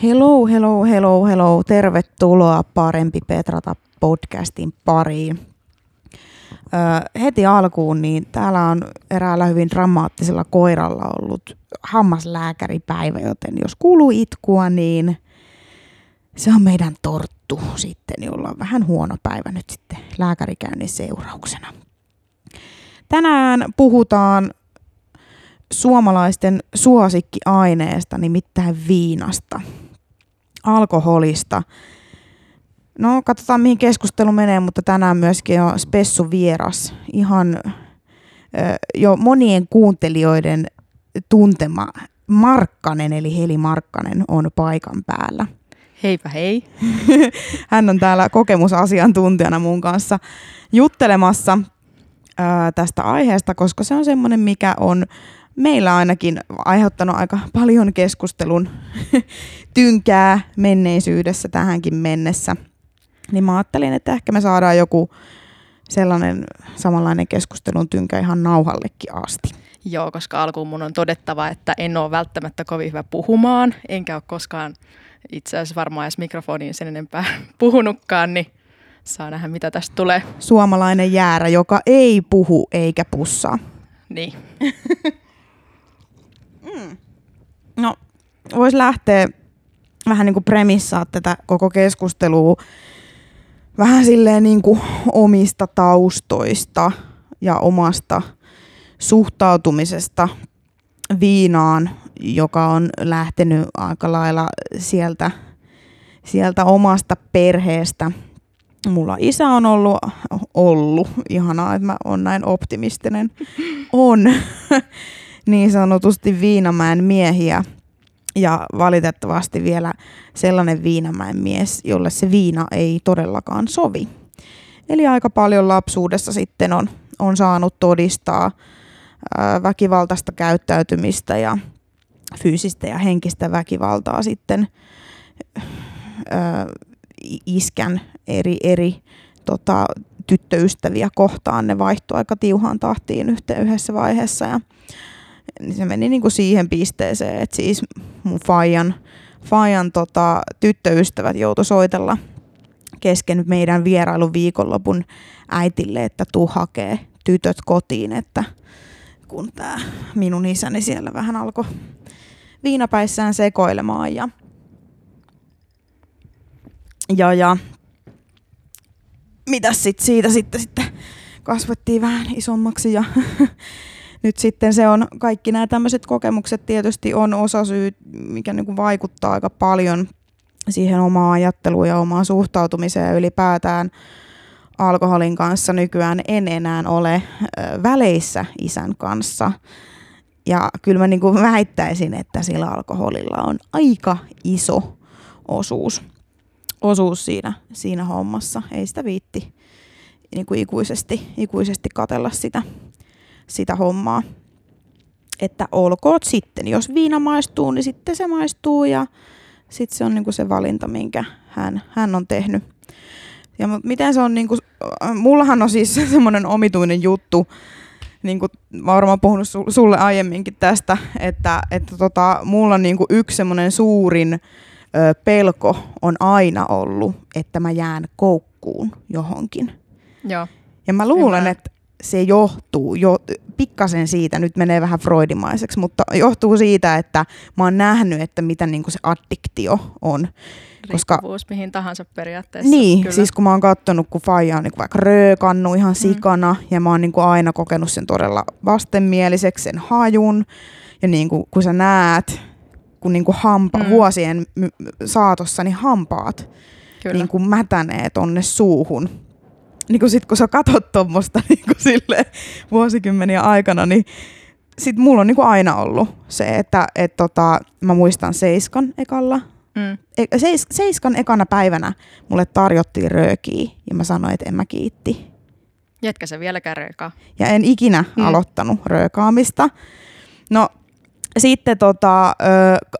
Hello, hello, hello, hello. Tervetuloa Parempi Petrata podcastin pariin. Heti alkuun, niin täällä on eräällä hyvin dramaattisella koiralla ollut hammaslääkäripäivä, joten jos kuuluu itkua, niin se on meidän Torttu sitten, jolla on vähän huono päivä nyt sitten lääkärikäynnin seurauksena. Tänään puhutaan suomalaisten suosikkiaineesta, nimittäin viinasta, alkoholista. No, katsotaan mihin keskustelu menee, mutta tänään myöskin on spessu vieras. Ihan jo monien kuuntelijoiden tuntema Markkanen, eli Heli Markkanen, on paikan päällä. Heipä hei. Hän on täällä kokemusasiantuntijana mun kanssa juttelemassa tästä aiheesta, koska se on semmoinen, mikä on meillä ainakin aiheuttanut aika paljon keskustelun tynkää menneisyydessä tähänkin mennessä. Niin mä ajattelin, että ehkä me saadaan joku sellainen samanlainen keskustelun tynkä ihan nauhallekin asti. Joo, koska alkuun mun on todettava, että en ole välttämättä kovin hyvä puhumaan, enkä ole koskaan itse asiassa varmaan edes mikrofoniin sen enempää puhunutkaan, niin saa nähdä mitä tästä tulee. Suomalainen jäärä, joka ei puhu eikä pussaa. Niin. No, voisi lähteä vähän niin kuin premissaa tätä koko keskustelua vähän silleen niin kuin omista taustoista ja omasta suhtautumisesta viinaan, joka on lähtenyt aika lailla sieltä omasta perheestä. Mulla isä on ollut, ihanaa, että mä oon näin optimistinen, on niin sanotusti Viinamäen miehiä ja valitettavasti vielä sellainen Viinamäen mies, jolle se viina ei todellakaan sovi. Eli aika paljon lapsuudessa sitten on saanut todistaa väkivaltaista käyttäytymistä ja fyysistä ja henkistä väkivaltaa sitten iskän eri tyttöystäviä kohtaan. Ne vaihtui aika tiuhaan tahtiin yhdessä vaiheessa ja se meni niinku siihen pisteeseen, että siis mun faijan tyttöystävät joutui soitella kesken meidän vierailun viikonlopun äitille, että tuu hakee tytöt kotiin, että kun tää minun isäni siellä vähän alkoi viinapäissään sekoilemaan ja mitäs siitä sitten kasvettiin vähän isommaksi ja nyt sitten se on, kaikki nämä tämmöiset kokemukset tietysti on osasyy, mikä niin kuin vaikuttaa aika paljon siihen omaan ajatteluun ja omaan suhtautumiseen ja ylipäätään alkoholin kanssa nykyään en enää ole väleissä isän kanssa. Ja kyllä mä niin kuin väittäisin, että sillä alkoholilla on aika iso osuus siinä hommassa. Ei sitä viitti niin kuin ikuisesti katsella sitä hommaa. Että olkoot sitten. Jos viina maistuu, niin sitten se maistuu ja sitten se on niinku se valinta, minkä hän on tehnyt. Ja miten se on niinku, mullahan on siis semmoinen omituinen juttu, niinku mä oon varmaan puhunut sulle aiemminkin tästä, että mulla niinku yksi semmoinen suurin pelko on aina ollut, että mä jään koukkuun johonkin. Joo. Ja mä luulen, että se johtuu pikkasen siitä, nyt menee vähän freudimaiseksi, mutta johtuu siitä, että mä oon nähnyt, että mitä niinku se addiktio on. Riippuvuus mihin tahansa periaatteessa. Niin, kyllä. Siis kun mä oon katsonut, kun faija on niinku vaikka röökannut ihan sikana, ja mä oon niinku aina kokenut sen todella vastenmieliseksi, sen hajun, ja niinku, kun sä näet, kun niinku vuosien saatossa niin hampaat niinku mätänee tonne suuhun. Niin sit kun sä katot tommoista niin silleen vuosikymmeniä aikana, niin sit mulla on niin aina ollut se, että mä muistan Seiskan ekalla. Seiskan ekana päivänä mulle tarjottiin röökiä ja mä sanoin, että en mä kiitti. Jätkä sä vieläkään röökaa? Ja en ikinä aloittanut röökaamista. No sitten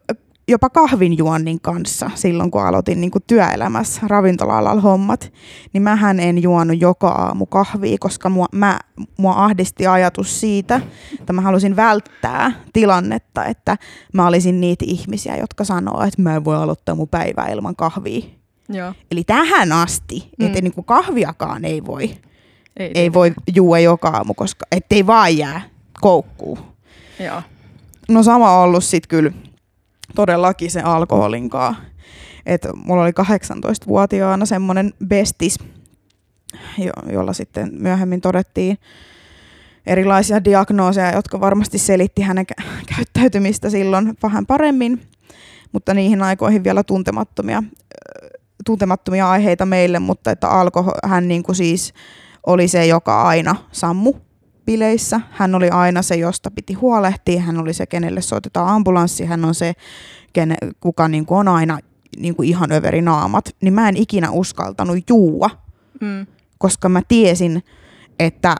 jopa kahvinjuonnin kanssa silloin, kun aloitin niin kuin työelämässä ravintola-alalla hommat, niin mähän en juonut joka aamu kahvia, koska mua ahdisti ajatus siitä, että mä halusin välttää tilannetta, että mä olisin niitä ihmisiä, jotka sanoo, että mä en voi aloittaa mun päivää ilman kahvia. Joo. Eli tähän asti, että niin kuin kahviakaan ei voi juua joka aamu, koska ettei vaan jää koukkuun. Joo. No sama on ollut sitten kyllä todellakin se alkoholinkaan. Et mulla oli 18-vuotiaana semmoinen bestis, jolla sitten myöhemmin todettiin erilaisia diagnooseja, jotka varmasti selitti hänen käyttäytymistä silloin vähän paremmin, mutta niihin aikoihin vielä tuntemattomia aiheita meille, mutta että hän niin kuin siis oli se, joka aina sammu bileissä. Hän oli aina se, josta piti huolehtia. Hän oli se, kenelle soitetaan ambulanssi. Hän on se, kuka niin kuin on aina niin kuin ihan överi naamat. Niin mä en ikinä uskaltanut juua, koska mä tiesin, että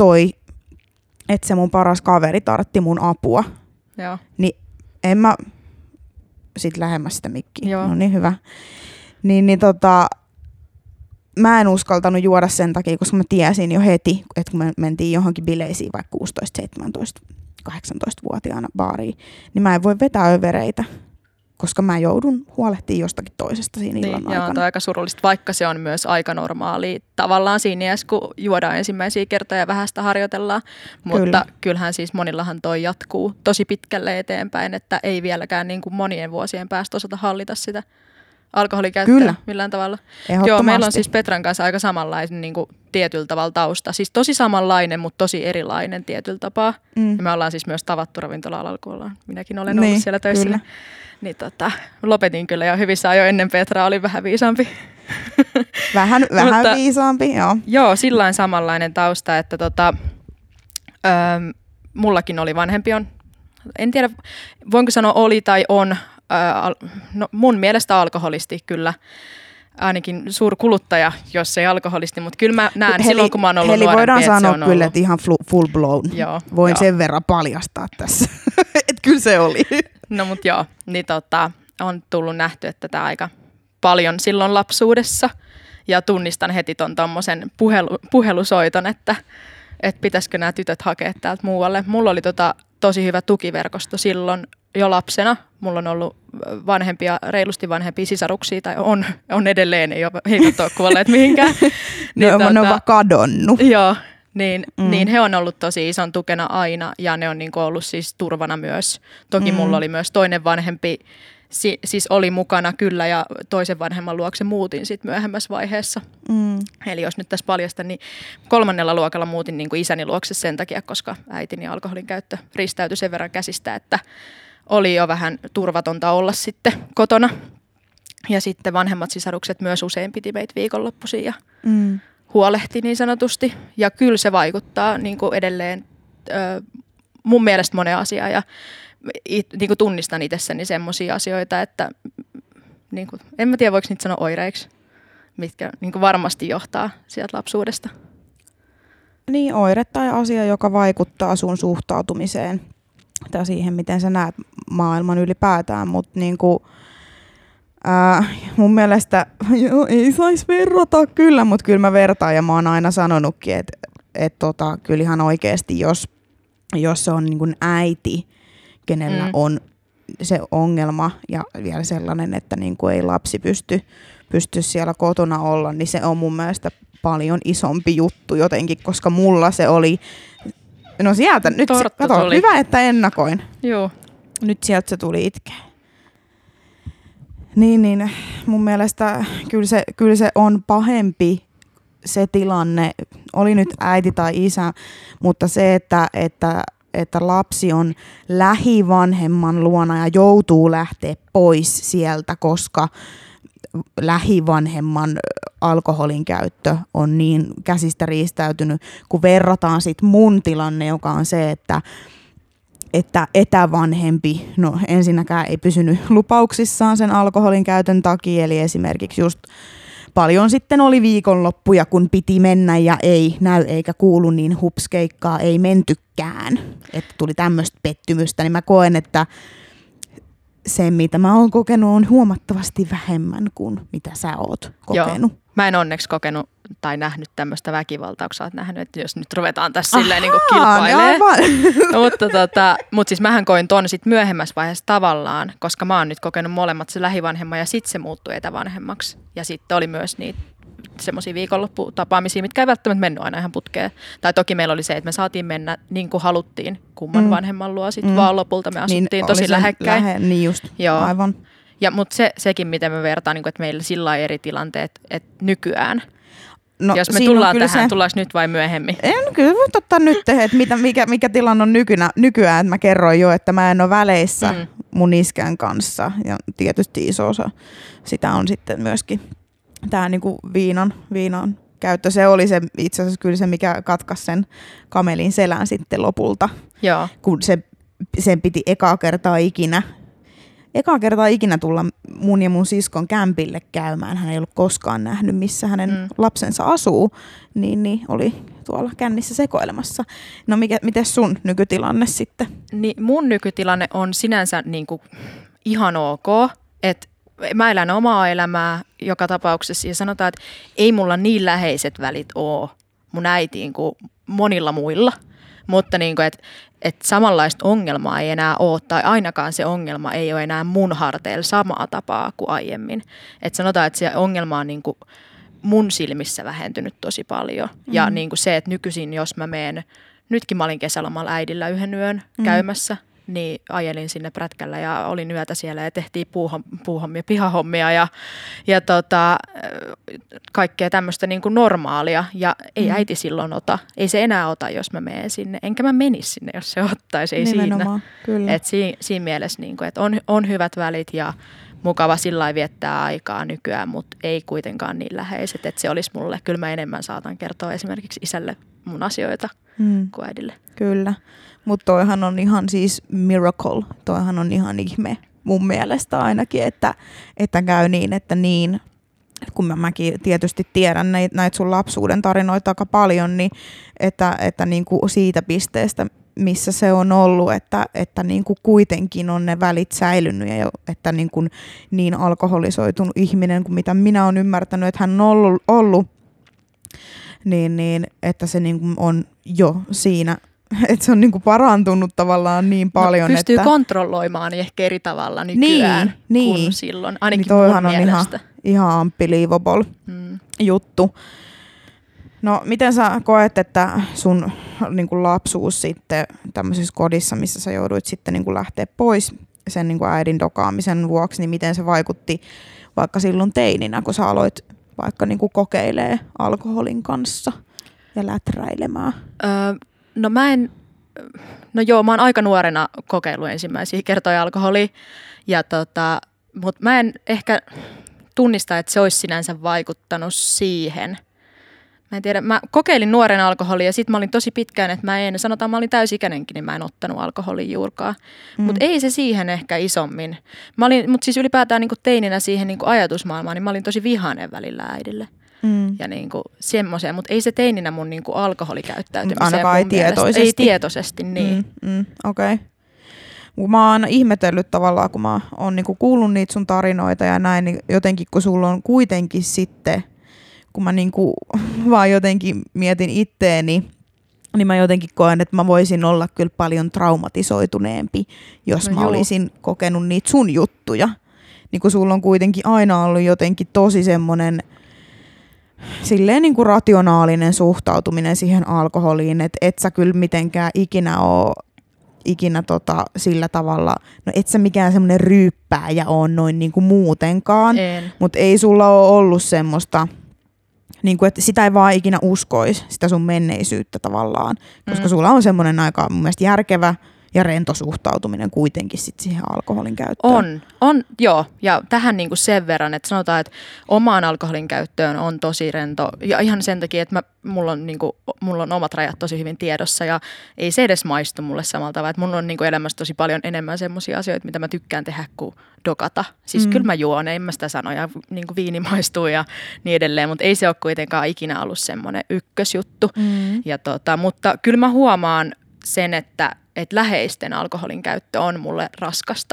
se mun paras kaveri tartti mun apua. Joo. Niin en mä sit lähemmäs sitä mikkiä. Joo. No niin, hyvä. Mä en uskaltanut juoda sen takia, koska mä tiesin jo heti, että kun me mentiin johonkin bileisiin vaikka 16, 17, 18-vuotiaana baariin, niin mä en voi vetää övereitä, koska mä joudun huolehtimaan jostakin toisesta siinä illan aikana. Ja on aika surullista, vaikka se on myös aika normaalia. Tavallaan siinä iässä, kun juodaan ensimmäisiä kertoja ja vähän sitä harjoitellaan, mutta kyllähän siis monillahan toi jatkuu tosi pitkälle eteenpäin, että ei vieläkään niin kuin monien vuosien päästä osata hallita sitä alkoholikäyttöä millään tavalla. Joo, meillä on siis Petran kanssa aika samanlainen niin kuin tietyllä tavalla tausta. Siis tosi samanlainen, mutta tosi erilainen tietyllä tapaa. Ja me ollaan siis myös tavattu ravintola-alalla, kun minäkin olen ollut siellä töissä. Kyllä. Niin lopetin kyllä jo hyvissä ajoin ennen Petraa, oli vähän viisaampi. Vähän viisaampi, joo. Joo, sillain samanlainen tausta, että mullakin oli vanhempi on. En tiedä, voinko sanoa oli tai on. No, mun mielestä alkoholisti kyllä, ainakin suurkuluttaja, jos ei alkoholisti, mutta kyllä mä näen silloin, kun mä oon ollut nuorempi, voidaan että sanoa se on kyllä, ollut. että ihan full blown. Joo, voin sen verran paljastaa tässä, että kyllä se oli. No mut joo, niin on tullut nähty, että tämä aika paljon silloin lapsuudessa, ja tunnistan heti ton tommosen puhelusoiton, että pitäisikö nämä tytöt hakea täältä muualle. Mulla oli tosi hyvä tukiverkosto silloin jo lapsena. Mulla on ollut reilusti vanhempia sisaruksia, tai on edelleen, ei ole kuolleet mihinkään. Ne on vaan kadonnut. Joo, niin he on ollut tosi ison tukena aina, ja ne on niinku ollut siis turvana myös. Toki mulla oli myös toinen vanhempi, siis oli mukana kyllä, ja toisen vanhemman luokse muutin sitten myöhemmässä vaiheessa. Eli jos nyt tässä paljastan, niin 3. luokalla muutin niin kuin isäni luokse sen takia, koska äitini alkoholin käyttö ristäytyi sen verran käsistä, että oli jo vähän turvatonta olla sitten kotona. Ja sitten vanhemmat sisarukset myös usein piti meitä viikonloppuisin ja huolehti niin sanotusti. Ja kyllä se vaikuttaa niin kuin edelleen mun mielestä moneen asiaan, ja niin kuin tunnistan itsessäni semmoisia asioita, että niin kuin, en mä tiedä voiko niitä sanoa oireiksi, mitkä niin kuin varmasti johtaa sieltä lapsuudesta. Niin, oire tai asia, joka vaikuttaa sun suhtautumiseen tai siihen, miten sä näet maailman ylipäätään, mutta niin kuin, mun mielestä ei saisi verrata kyllä, mutta kyllä mä vertaan, ja mä oon aina sanonutkin, että kyllä ihan oikeasti, jos se on niin kuin äiti, kenellä on se ongelma ja vielä sellainen, että niin kuin ei lapsi pysty siellä kotona olla, niin se on mun mielestä paljon isompi juttu jotenkin, koska mulla se oli, no sieltä, nyt kato, hyvä, että ennakoin. Joo. Nyt sieltä se tuli itkeä. Niin, mun mielestä kyllä se on pahempi se tilanne, oli nyt äiti tai isä, mutta se, että lapsi on lähivanhemman luona ja joutuu lähteä pois sieltä, koska lähivanhemman alkoholin käyttö on niin käsistä riistäytynyt, kun verrataan sit mun tilanne, joka on se, että etävanhempi, no ensinnäkään ei pysynyt lupauksissaan sen alkoholin käytön takia, eli esimerkiksi just paljon sitten oli viikonloppuja, kun piti mennä ja ei näy eikä kuulu, niin hupskeikkaa ei mentykään. Että tuli tämmöistä pettymystä, niin mä koen, että se, mitä mä oon kokenut, on huomattavasti vähemmän kuin mitä sä oot kokenut. Joo. Mä en onneksi kokenut tai nähnyt tämmöistä väkivaltaa, kun sä oot nähnyt, että jos nyt ruvetaan tässä silleen niin kuin kilpailemaan. Mutta siis mähän koin ton sit myöhemmässä vaiheessa tavallaan, koska mä oon nyt kokenut molemmat, se lähivanhemman ja sitten se muuttui etävanhemmaksi. Ja sitten oli myös niitä semmoisia viikonlopputapaamisia, mitkä ei välttämättä mennyt aina ihan putkeen. Tai toki meillä oli se, että me saatiin mennä niin kuin haluttiin kumman vanhemman luo, sitten vaan lopulta me asuttiin niin tosi lähekkäin. Niin just, joo. Aivan. Mutta sekin, miten me vertaan, niin kuin, että meillä sillä lailla eri tilanteet, että nykyään. No, jos me tullaan tähän, tullaanko nyt vai myöhemmin? Kyllä voit ottaa nyt, että mikä tilanne on nykyään. Että mä kerroin jo, että mä en ole väleissä mun iskän kanssa. Ja tietysti iso osa sitä on sitten myöskin tämä niinku viinan käyttö. Se oli se, itse asiassa kyllä se, mikä katkaisi sen kamelin selän sitten lopulta. Joo. Kun sen piti ekaa kertaa ikinä tulla mun ja mun siskon kämpille käymään. Hän ei ollut koskaan nähnyt, missä hänen lapsensa asuu, niin oli tuolla kännissä sekoilemassa. No miten sun nykytilanne sitten? Niin mun nykytilanne on sinänsä niinku ihan ok, että mä elän omaa elämää joka tapauksessa ja sanotaan, että ei mulla niin läheiset välit ole mun äitiin kuin monilla muilla, mutta niinku, että samanlaista ongelmaa ei enää ole, tai ainakaan se ongelma ei ole enää mun harteilla samaa tapaa kuin aiemmin. Että sanotaan, että se ongelma on niin kuin mun silmissä vähentynyt tosi paljon. Ja niin kuin se, että nykyisin jos mä menen, nytkin mä olin kesälomalla äidillä yhden yön käymässä, niin ajelin sinne prätkällä ja olin yötä siellä ja tehtiin puuhommia, pihahommia ja kaikkea tämmöistä niin kuin normaalia. Ja ei äiti silloin ota, ei se enää ota, jos mä menen sinne. Enkä mä menisi sinne, jos se ottaisi, ei nimenomaan, siinä. Kyllä. Et siinä mielessä, niin kuin, että on hyvät välit ja mukava sillä lailla viettää aikaa nykyään, mutta ei kuitenkaan niin läheiset. Että se olisi mulle, kyllä mä enemmän saatan kertoa esimerkiksi isälle mun asioita kuin äidille. Kyllä. Mutta toihan on ihan siis miracle, toihan on ihan ihme mun mielestä ainakin, että käy niin, että niin, kun mäkin tietysti tiedän näitä sun lapsuuden tarinoita aika paljon, niin että niin kuin siitä pisteestä, missä se on ollut, että niin kuin kuitenkin on ne välit säilynyt ja että niin alkoholisoitunut ihminen kuin mitä minä olen ymmärtänyt, että hän on ollut niin että se niin kuin on jo siinä. Että se on niinku parantunut tavallaan niin paljon, pystyy että kontrolloimaan ehkä eri tavalla nykyään kuin silloin, ainakin niin toihan mun on mielestä. Ihan unbelievable juttu. No miten sä koet, että sun niinku lapsuus sitten tämmöisessä kodissa, missä sä jouduit sitten niinku lähteä pois sen niinku äidin dokaamisen vuoksi, niin miten se vaikutti vaikka silloin teininä, kun sä aloit vaikka niinku kokeilee alkoholin kanssa ja läträilemään? Mä oon aika nuorena kokeillut ensimmäisiä kertoja alkoholia, mutta mä en ehkä tunnista, että se olisi sinänsä vaikuttanut siihen. Mä en tiedä, mä kokeilin nuoren alkoholia ja sit mä olin tosi pitkään, että mä olin täysikäinenkin, niin mä en ottanut alkoholia juurkaan. Mutta ei se siihen ehkä isommin. Mutta siis ylipäätään niin kuin teininä siihen niin kuin ajatusmaailmaan, niin mä olin tosi vihainen välillä äidille. Ja niinku semmoiseen, mutta ei se teininä mun niinku alkoholikäyttäytymiseen. Ainakaan ei tietoisesti. Ei tietoisesti, niin. Okei. Mä oon ihmetellyt tavallaan, kun mä oon niinku kuullut niitä sun tarinoita ja näin, niin jotenkin kun sulla on kuitenkin sitten, kun mä niinku vaan jotenkin mietin itteeni, niin mä jotenkin koen, että mä voisin olla kyllä paljon traumatisoituneempi, jos mä olisin kokenut niitä sun juttuja. Niin kun sulla on kuitenkin aina ollut jotenkin tosi semmoinen silleen niin kuin rationaalinen suhtautuminen siihen alkoholiin, että et sä kyllä mitenkään ikinä sillä tavalla, no et sä mikään semmoinen ryyppääjä ole noin niin kuin muutenkaan, mutta ei sulla ole ollut semmoista, niin kuin, että sitä ei vaan ikinä uskoisi, sitä sun menneisyyttä tavallaan, koska sulla on semmoinen aika mun mielestä järkevä ja rento suhtautuminen kuitenkin sit siihen alkoholin käyttöön. On, joo. Ja tähän niinku sen verran, että sanotaan, että omaan alkoholin käyttöön on tosi rento. Ja ihan sen takia, että mulla on omat rajat tosi hyvin tiedossa ja ei se edes maistu mulle samalla tavalla. Että mulla on niinku elämässä tosi paljon enemmän semmoisia asioita, mitä mä tykkään tehdä kuin dokata. Siis kyllä mä juon, en mä sitä sano ja niinku viini maistuu ja niin edelleen, mutta ei se ole kuitenkaan ikinä ollut semmoinen ykkösjuttu. Mutta kyllä mä huomaan sen, että läheisten alkoholin käyttö on mulle raskasta.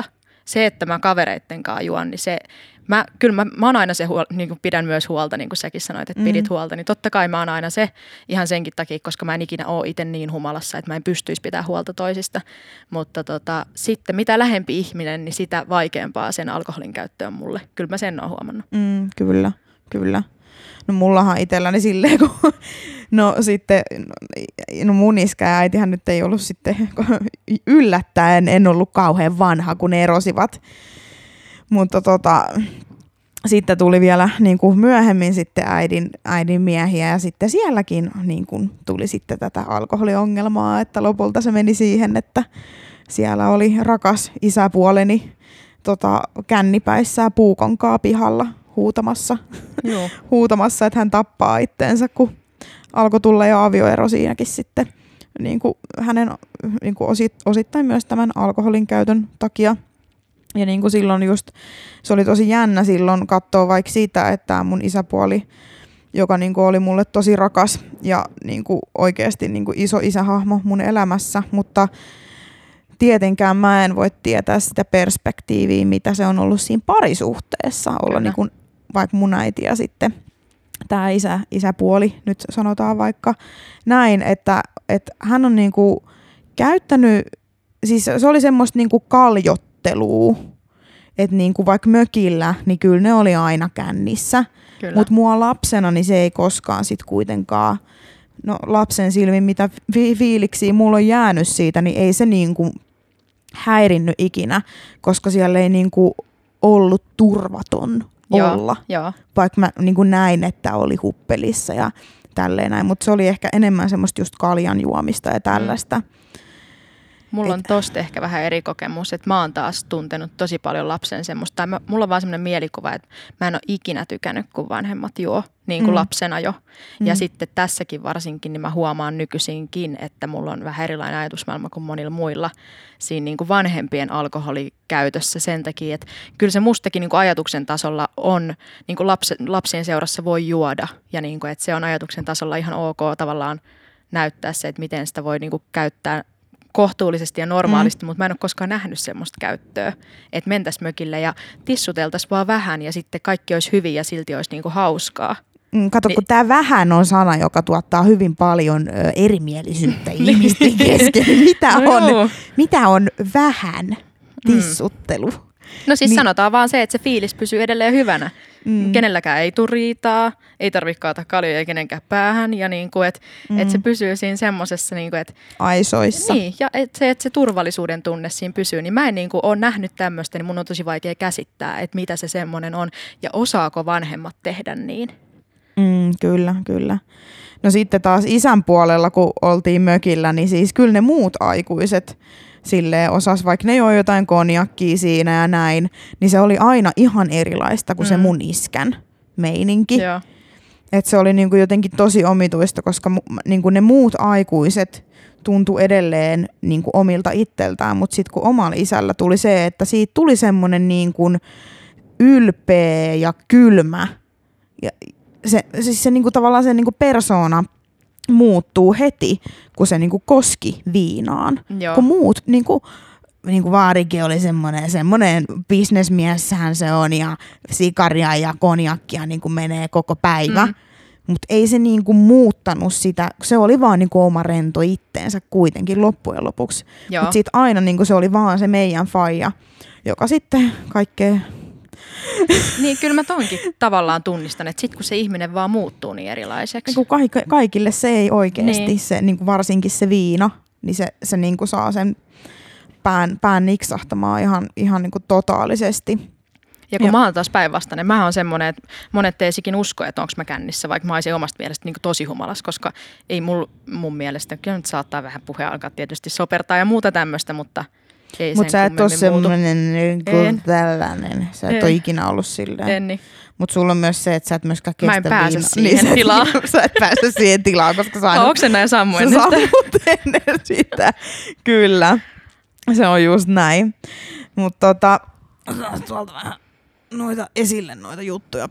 se, että mä kavereitten kanssa juon, niin se, mä oon aina se, niin kuin pidän myös huolta, niin kuin säkin sanoit, että pidit huolta, niin totta kai mä oon aina se ihan senkin takia, koska mä en ikinä ole itse niin humalassa, että mä en pystyisi pitämään huolta toisista. Mutta sitten mitä lähempi ihminen, niin sitä vaikeampaa sen alkoholin käyttö on mulle. Kyllä mä sen oon huomannut. Kyllä. No mullahan itselläni silleen, kun mun iskä ja äitihän nyt ei ollut sitten yllättäen, en ollut kauhean vanha, kun ne erosivat. Mutta sitten tuli vielä niin kuin myöhemmin sitten äidin miehiä ja sitten sielläkin niin kuin tuli sitten tätä alkoholiongelmaa, että lopulta se meni siihen, että siellä oli rakas isäpuoleni kännipäissään puukonkaa pihalla huutamassa, että hän tappaa itteensä, kun alkoi tulla jo avioero siinäkin sitten niin kuin hänen niin kuin osittain myös tämän alkoholin käytön takia. Ja niin kuin silloin just, se oli tosi jännä silloin katsoa vaikka sitä, että mun isäpuoli, joka niin kuin oli mulle tosi rakas ja niin kuin oikeasti niin kuin iso isähahmo mun elämässä, mutta tietenkään mä en voi tietää sitä perspektiiviä, mitä se on ollut siinä parisuhteessa olla niin kuin vaikka mun äiti ja sitten tämä isäpuoli, nyt sanotaan vaikka näin, että hän on niin kuin käyttänyt, siis se oli semmoista niin kuin kaljottelua, että niin kuin vaikka mökillä, niin kyllä ne oli aina kännissä, mutta mua lapsena, niin se ei koskaan sit kuitenkaan, no lapsen silmin mitä fiiliksiä mulla on jäänyt siitä, niin ei se niin kuin häirinnyt ikinä, koska siellä ei niin kuin ollut turvaton olla, vaikka mä niin kuin näin, että oli huppelissa ja tälleen näin, mutta se oli ehkä enemmän semmoista just kaljan juomista ja tällaista. Mulla on tosta ehkä vähän eri kokemus, että mä oon taas tuntenut tosi paljon lapsen semmoista, tai mulla on vaan semmoinen mielikuva, että mä en ole ikinä tykännyt, kun vanhemmat juo, niin kuin lapsena jo. Ja sitten tässäkin varsinkin, niin mä huomaan nykyisinkin, että mulla on vähän erilainen ajatusmaailma kuin monilla muilla siinä niin kuin vanhempien alkoholikäytössä sen takia, että kyllä se mustakin niin kuin ajatuksen tasolla on, niin kuin lapsien seurassa voi juoda, ja niin kuin, että se on ajatuksen tasolla ihan ok tavallaan näyttää se, että miten sitä voi niin kuin käyttää kohtuullisesti ja normaalisti, mutta mä en ole koskaan nähnyt semmoista käyttöä, että mentäisiin mökille ja tissuteltaisiin vaan vähän ja sitten kaikki olisi hyvin ja silti olisi niinku hauskaa. Kato, kun tämä vähän on sana, joka tuottaa hyvin paljon erimielisyyttä ihmisten kesken. Mitä on vähän tissuttelu? No siis sanotaan vaan se, että se fiilis pysyy edelleen hyvänä. Kenelläkään ei tule riitaa, ei tarvitse kaata kaljoja kenenkään päähän ja niinku, että se pysyy siinä semmoisessa niinku, että aisoissa. Niin, ja että se turvallisuuden tunne siinä pysyy, niin mä en niinku ole nähnyt tämmöistä, niin mun on tosi vaikea käsittää, että mitä se semmoinen on ja osaako vanhemmat tehdä niin. Kyllä. No sitten taas isän puolella, kun oltiin mökillä, niin siis kyllä ne muut aikuiset silleen osas, vaikka ne joi jotain konjakkia siinä ja näin, niin se oli aina ihan erilaista kuin se mun iskän meininki. Että se oli niinku jotenkin tosi omituista, koska niinku ne muut aikuiset tuntui edelleen niinku omilta itseltään, mutta sitten kun omalla isällä tuli se, että siitä tuli semmoinen niinku ylpeä ja kylmä, ja se niinku tavallaan se niinku persoona muuttuu heti, kun se niinku koski viinaan. Kun muut, niinku vaarikin oli semmoinen bisnesmiessähän se on ja sikaria ja konjakkia niinku menee koko päivä. Mutta ei se niinku muuttanut sitä, se oli vaan niinku oma rento itteensä kuitenkin loppujen lopuksi. Mutta sitten aina niinku se oli vaan se meidän faija, joka sitten kaikkea... Niin kyllä mä tonkin tavallaan tunnistan, että sit kun se ihminen vaan muuttuu niin erilaiseksi. Niin kaikille se ei oikeasti, se, niin kuin varsinkin se viina, niin se niin kuin saa sen pään niksahtamaan ihan niin kuin totaalisesti. Ja kun mä oon taas päinvastainen, mä oon semmoinen, että monet teisikin usko, että onko mä kännissä, vaikka mä olisin omasta mielestä niin kuin tosi humalas, koska ei mun mielestä, kyllä nyt saattaa vähän puheen alkaa tietysti sopertaa ja muuta tämmöistä, mutta... Mutta sä et ole semmoinen niin tällainen. Sä et ole ikinä ollut silleen. Niin. Mutta sulla on myös se, että sä et myöskään kestä viinaa. Mä en pääse siihen tilaan. Sä et pääse siihen tilaan, koska sä aina... Oksenna ja sammu ennen sitä. Ennen sitä. Kyllä. Se on just näin. Mutta otetaan tuolta vähän noita juttuja.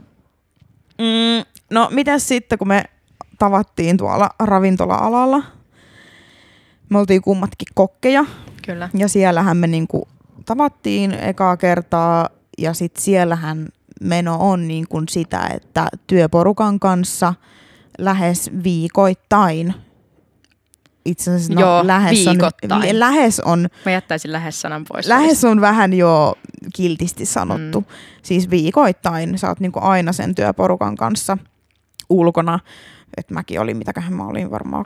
No mitäs sitten, kun me tavattiin tuolla ravintola-alalla. Me oltiin kummatkin kokkeja. Kyllä. Ja siellähän me niinku tavattiin ekaa kertaa ja sitten siellähän meno on niin kuin sitä, että työporukan kanssa lähes viikoittain. Itse asiassa Joo, viikoittain. Lähes on. Mä jättäisin lähes sanan pois. Lähes on vähän jo kiltisti sanottu. Siis viikoittain sä oot niinku aina sen työporukan kanssa ulkona. Et mäkin olin, mitäköhän mä olin varmaan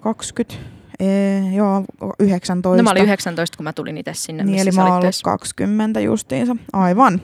19. No mä olin 19, kun mä tulin itse sinne, niin, missä eli sä mä olit ollut 20 justiinsa. Aivan.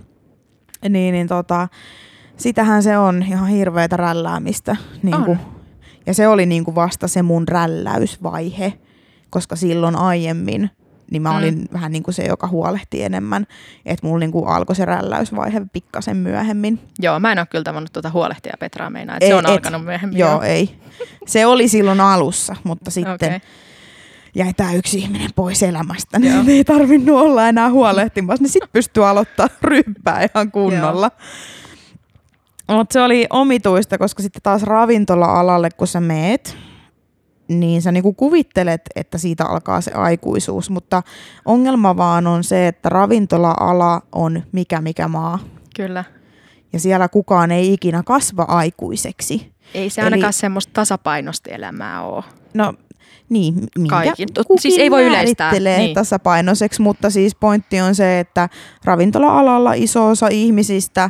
Sitähän se on ihan hirveätä rälläämistä. Niinku, ja se oli niinku vasta se mun rälläysvaihe, koska silloin aiemmin niin mä olin vähän niin kuin se, joka huolehti enemmän. Että mulla niinku alkoi se rälläysvaihe pikkasen myöhemmin. Joo, mä en ole kyllä tavannut huolehtia Petraa meinaa, että se on alkanut myöhemmin. Joo, ei. Se oli silloin alussa, mutta sitten jäi tää yksi ihminen pois elämästä. Niin ei tarvinnut olla enää huolehtimassa. Niin sit pystyy aloittaa ryppää ihan kunnolla. Mutta se oli omituista, koska sitten taas ravintola-alalle, kun sä meet, niin sä niinku kuvittelet, että siitä alkaa se aikuisuus, mutta ongelma vaan on se, että ravintola-ala on mikä maa. Kyllä. Ja siellä kukaan ei ikinä kasva aikuiseksi. Ei se ainakaan semmoista tasapainosta elämää ole. No niin, kaikin. Siis ei voi yleistää. Niin. Tasapainoiseksi, mutta siis pointti on se, että ravintola-alalla iso osa ihmisistä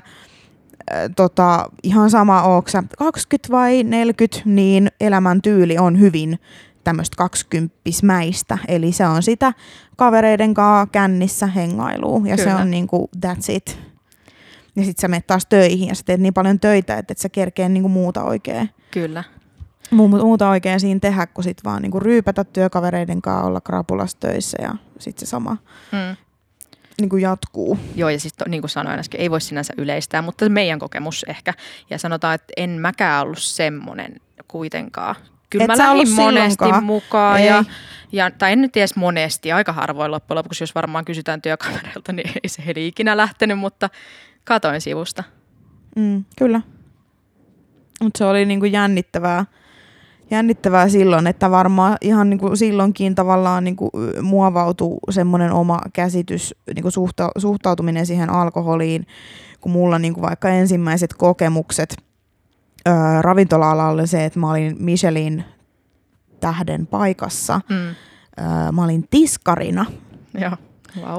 ihan sama ooksa 20 vai 40, niin elämäntyyli on hyvin tämmöistä 20-mäistä. Eli se on sitä kavereiden kanssa kännissä hengailua ja se on niinku that's it. Ja sit sä menet taas töihin ja sä teet niin paljon töitä, että et sä kerkeen niinku muuta oikein. Kyllä. Muuta oikein siinä tehdä, kun sit vaan niinku ryypätä työkavereiden kanssa, olla krapulassa töissä ja sit se sama niinku jatkuu. Joo, ja siis niin kuin sanoin äsken, ei voi sinänsä yleistää, mutta meidän kokemus ehkä. Ja sanotaan, että en mäkään ollut semmonen kuitenkaan. Kyllä et mä lähdin monesti mukaan. Tai en nyt edes monesti, aika harvoin loppujen lopuksi, jos varmaan kysytään työkavereilta, niin ei se heli ikinä lähtenyt, mutta katoin sivusta. Kyllä. Mutta se oli niinku jännittävää silloin, että varmaan ihan niinku silloinkin tavallaan niinku muovautui semmoinen oma käsitys, niinku suhtautuminen siihen alkoholiin, kun mulla niinku vaikka ensimmäiset kokemukset ravintola-alalla oli se, että mä olin Michelin tähden paikassa. Mä olin tiskarina. Joo, wow.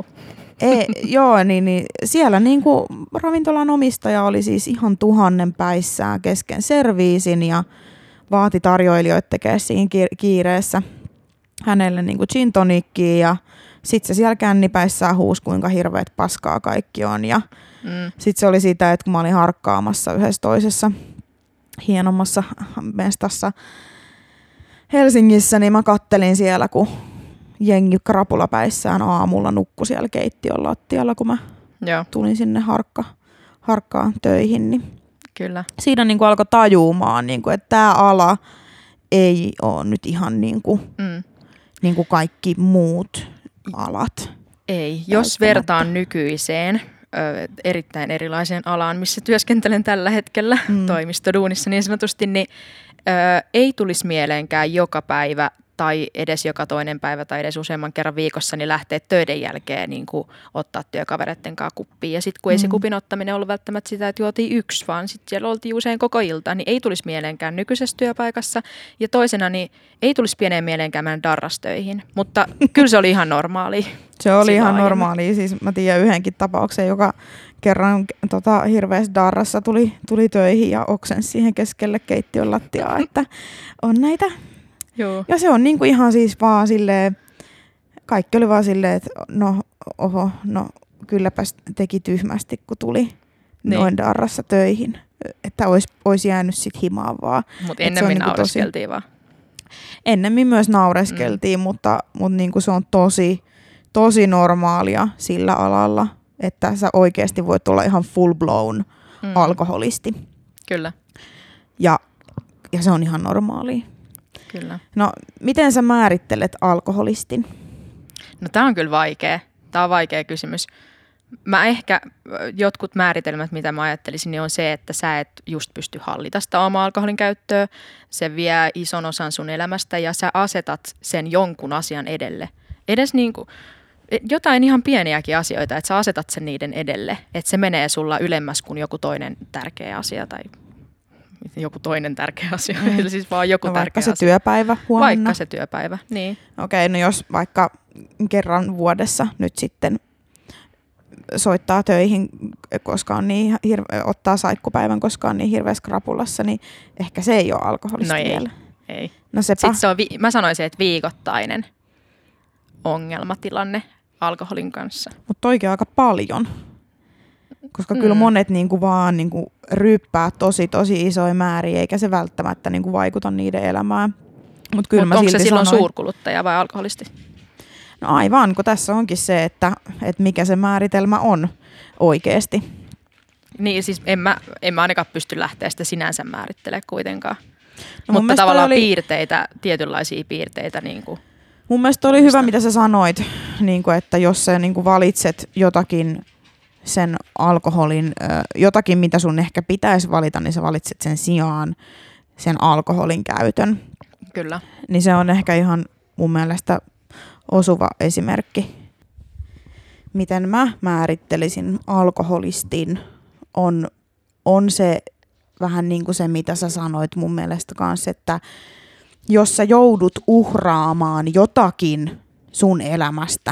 Niin siellä niinku ravintolan omistaja oli siis ihan 1000 päissään kesken serviisin ja vaati tarjoilijoita tekemään siinä kiireessä hänelle niinku gin tonickia ja sitten se siellä kännipäissään huusi, kuinka hirveät paskaa kaikki on. Ja sitten se oli sitä, että kun mä olin harkkaamassa yhdessä toisessa hienommassa mestassa Helsingissä, niin mä kattelin siellä, kun jengi krapulapäissään aamulla nukkui siellä keittiön lattialla, kun mä tulin sinne harkkaan töihin. Niin kyllä. Siinä niin kuin alkoi tajumaan, niin kuin, että tämä ala ei ole nyt ihan niin kuin kaikki muut alat. Ei. Jos vertaan nykyiseen erittäin erilaiseen alaan, missä työskentelen tällä hetkellä toimistoduunissa niin sanotusti, niin ei tulisi mieleenkään joka päivä tai edes joka toinen päivä tai edes useamman kerran viikossa niin lähteä töiden jälkeen niin kuin ottaa työkavereiden kanssa kuppiin. Ja sitten kun ei se kupin ottaminen ollut välttämättä sitä, että juotiin yksi, vaan sitten siellä oltiin usein koko ilta, niin ei tulisi mieleenkään nykyisessä työpaikassa. Ja toisena niin ei tulisi pieneen mieleenkään mennä darrastöihin, mutta kyllä se oli ihan normaali. Se oli ihan normaali. Siis mä tiedän yhdenkin tapauksen, joka kerran hirveässä darrassa tuli töihin ja oksensi siihen keskelle keittiön lattiaa, että on näitä. Joo. Ja se on niinku ihan siis vaan silleen, kaikki oli vaan silleen, että kylläpäs teki tyhmästi, kun tuli noin darrassa töihin. Että olisi jäänyt sit himaan vaan. Mutta ennemmin niinku naureskeltiin vaan. Ennemmin myös naureskeltiin, mutta niinku se on tosi normaalia sillä alalla, että sä oikeasti voit olla ihan full blown alkoholisti. Kyllä. Ja se on ihan normaalia. Kyllä. No, miten sä määrittelet alkoholistin? No tää on kyllä vaikea. Tää on vaikea kysymys. Mä ehkä jotkut määritelmät, mitä mä ajattelisin, niin on se, että sä et just pysty hallita sitä omaa alkoholin käyttöä. Se vie ison osan sun elämästä ja sä asetat sen jonkun asian edelle. Edes niin kuin jotain ihan pieniäkin asioita, että sä asetat sen niiden edelle, että se menee sulla ylemmäs kuin joku toinen tärkeä asia tai joku toinen tärkeä asia, eli siis vaan joku tärkeä vaikka se asia. työpäivä huomenna. Vaikka se työpäivä, niin. Okei, no jos vaikka kerran vuodessa nyt sitten soittaa töihin, koska on niin ottaa saikkupäivän, koska on niin hirveässä krapulassa, niin ehkä se ei ole alkoholista vielä. Ei. No sepä. Sitten se on, mä sanoisin, että viikoittainen ongelmatilanne alkoholin kanssa. Mutta toikin on aika paljon, koska kyllä monet niinku vaan niinku ryyppää tosi isoja määriä, eikä se välttämättä niinku vaikuta niiden elämään. Mut onko se silloin suurkuluttaja vai alkoholisti? No aivan, kun tässä onkin se, että mikä se määritelmä on oikeasti. Niin, siis en mä ainakaan pysty lähteä sitä sinänsä määrittelemään kuitenkaan. No, mutta tavallaan piirteitä, tietynlaisia piirteitä. Niin kuin mun mielestä oli hyvä, mitä sä sanoit, niin kuin, että jos sä niin kuin valitset jotakin sen alkoholin, jotakin mitä sun ehkä pitäisi valita, niin sä valitset sen sijaan sen alkoholin käytön. Kyllä. Niin se on ehkä ihan mun mielestä osuva esimerkki. Miten mä määrittelisin alkoholistin on se vähän niin kuin se, mitä sä sanoit mun mielestä kanssa, että jos sä joudut uhraamaan jotakin sun elämästä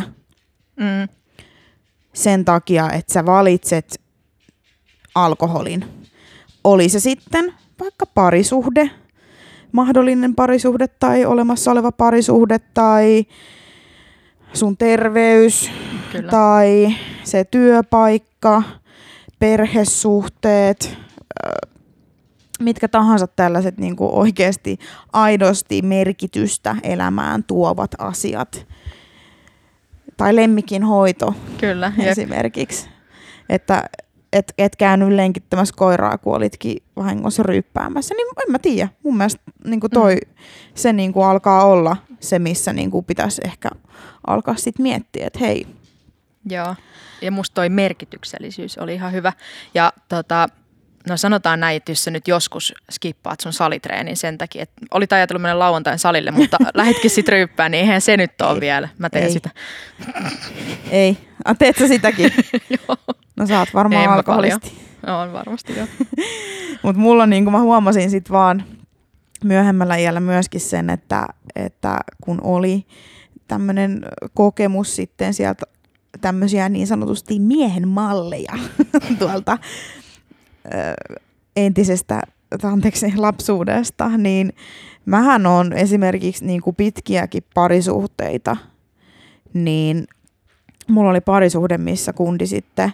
sen takia, että sä valitset alkoholin, oli se sitten vaikka parisuhde, mahdollinen parisuhde tai olemassa oleva parisuhde tai sun terveys Kyllä. tai se työpaikka, perhesuhteet, mitkä tahansa tällaiset niin kuin oikeasti aidosti merkitystä elämään tuovat asiat. Tai lemmikin hoito. Kyllä, esimerkiksi. Että et käynyt lenkittämässä koiraa, kun olitkin vahingossa ryyppäämässä. Niin en mä tiedä. Mun mielestä niin kuin se niin kuin alkaa olla se, missä niin kuin pitäisi ehkä alkaa sit miettiä, että hei. Joo, ja musta toi merkityksellisyys oli ihan hyvä. Ja no sanotaan näin, että jos sä nyt joskus skippaat sun salitreenin sen takia, että olit ajatellut mennä lauantain salille, mutta lähditkin sit ryyppään, niin eihän se nyt ole vielä. Mä teen sitä. Ei. Teet sä sitäkin? Joo. No sä oot varmaan alkoholisti. On varmasti joo. Mut mulla niin mä huomasin sit vaan myöhemmällä iällä myöskin sen, että kun oli tämmönen kokemus sitten sieltä tämmöisiä niin sanotusti miehen malleja tuolta entisestä, lapsuudesta, niin mähän on esimerkiksi niin kuin pitkiäkin parisuhteita, niin mulla oli parisuhde, missä kundi sitten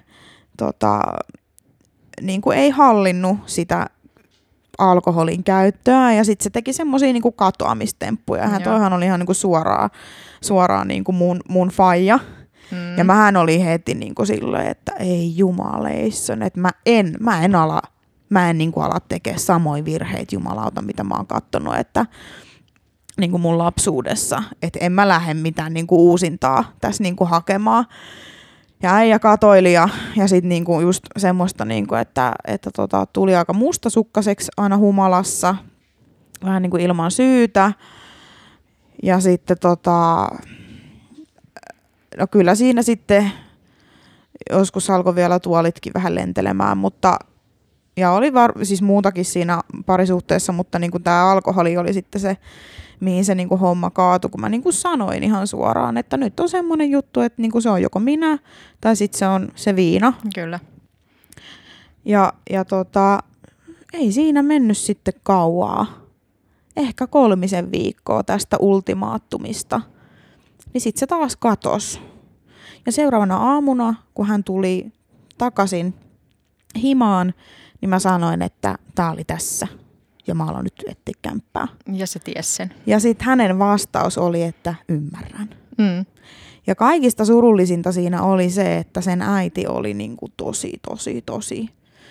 niin kuin ei hallinnut sitä alkoholin käyttöä ja sitten se teki semmoisia niin kuin katoamistemppuja. Hän toihan oli ihan niin kuin suoraan niin kuin mun faija. Ja mähän oli heti niin kuin silleen, että ei jumaleisson, että mä en niin kuin ala tekemään samoja virheitä jumalauta, mitä mä oon kattonut, että niin kuin mun lapsuudessa, että en mä lähde mitään niin kuin uusintaa tässä niin kuin hakemaan. Ja äijä katoili ja sitten niin kuin just semmoista, niin kuin, että tuli aika mustasukkaiseksi aina humalassa, vähän niin kuin ilman syytä. Ja sitten no kyllä siinä sitten joskus alkoi vielä tuolitkin vähän lentelemään, mutta ja oli siis muutakin siinä parisuhteessa, mutta niin kuin tämä alkoholi oli sitten se, mihin se niin kuin homma kaatui, kun mä niin kuin sanoin ihan suoraan, että nyt on semmoinen juttu, että niin kuin se on joko minä tai sitten se on se viina. Kyllä. Ja ei siinä mennyt sitten kauaa. Ehkä 3 viikkoa tästä ultimaattumista. Niin sitten se taas katosi. Ja seuraavana aamuna, kun hän tuli takaisin himaan, niin mä sanoin, että tää oli tässä. Ja mä aloin nyt etsiä kämppää. Ja se tiesi sen. Ja sitten hänen vastaus oli, että ymmärrän. Ja kaikista surullisinta siinä oli se, että sen äiti oli niinku tosi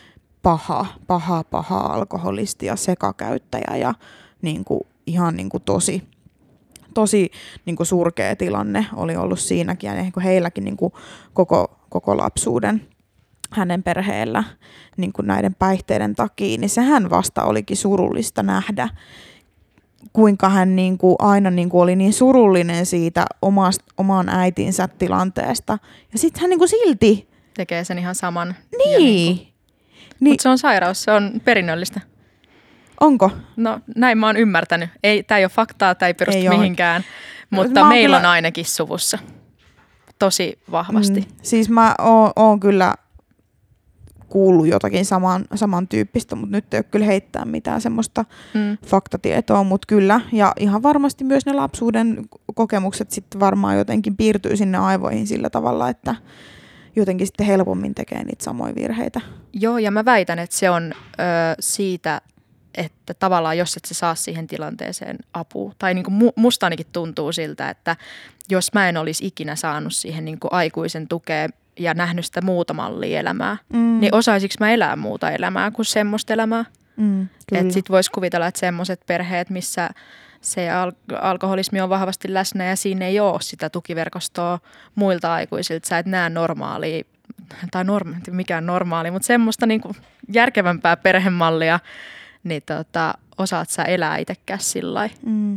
paha alkoholisti ja sekakäyttäjä ja niinku, ihan niinku tosi niinku surkea tilanne oli ollut siinäkin ja niinku heilläkin niinku koko lapsuuden hänen perheellä niinku näiden päihteiden takia, niin sehän vasta olikin surullista nähdä, kuinka hän niinku aina niinku oli niin surullinen siitä oman äitinsä tilanteesta. Ja sitten hän niinku silti... Tekee sen ihan saman. Niin. Mutta se on sairaus, se on perinnöllistä. Onko? No näin mä oon ymmärtänyt. Tämä ei ole faktaa, tämä ei perustu mihinkään, mutta kyllä... meillä on ainakin suvussa tosi vahvasti. Siis mä oon kyllä kuullut jotakin samantyyppistä, mutta nyt ei ole kyllä heittää mitään semmoista faktatietoa, mutta kyllä. Ja ihan varmasti myös ne lapsuuden kokemukset sitten varmaan jotenkin piirtyy sinne aivoihin sillä tavalla, että jotenkin sitten helpommin tekee niitä samoja virheitä. Joo, ja mä väitän, että se on siitä, että tavallaan jos et sä saa siihen tilanteeseen apua, tai niin kuin musta ainakin tuntuu siltä, että jos mä en olisi ikinä saanut siihen niin kuin aikuisen tukea ja nähnyt sitä muuta mallia elämää, niin osaisinko mä elää muuta elämää kuin semmoista elämää? Että sit vois kuvitella, että semmoiset perheet, missä se alkoholismi on vahvasti läsnä ja siinä ei ole sitä tukiverkostoa muilta aikuisilta, sä et näe normaalia, tai mikään normaali, mutta semmoista niin kuin järkevämpää perhemallia, niin osaat sä elää itsekään sillai.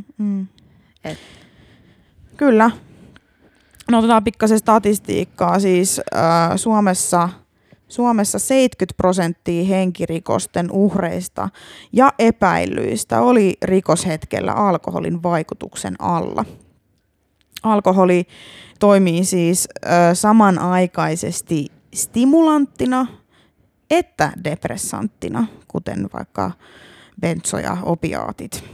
Kyllä. No otetaan pikkasen statistiikkaa. Siis Suomessa 70% henkirikosten uhreista ja epäilyistä oli rikoshetkellä alkoholin vaikutuksen alla. Alkoholi toimii siis samanaikaisesti stimulanttina että depressanttina, kuten vaikka benzo- ja opiaatit.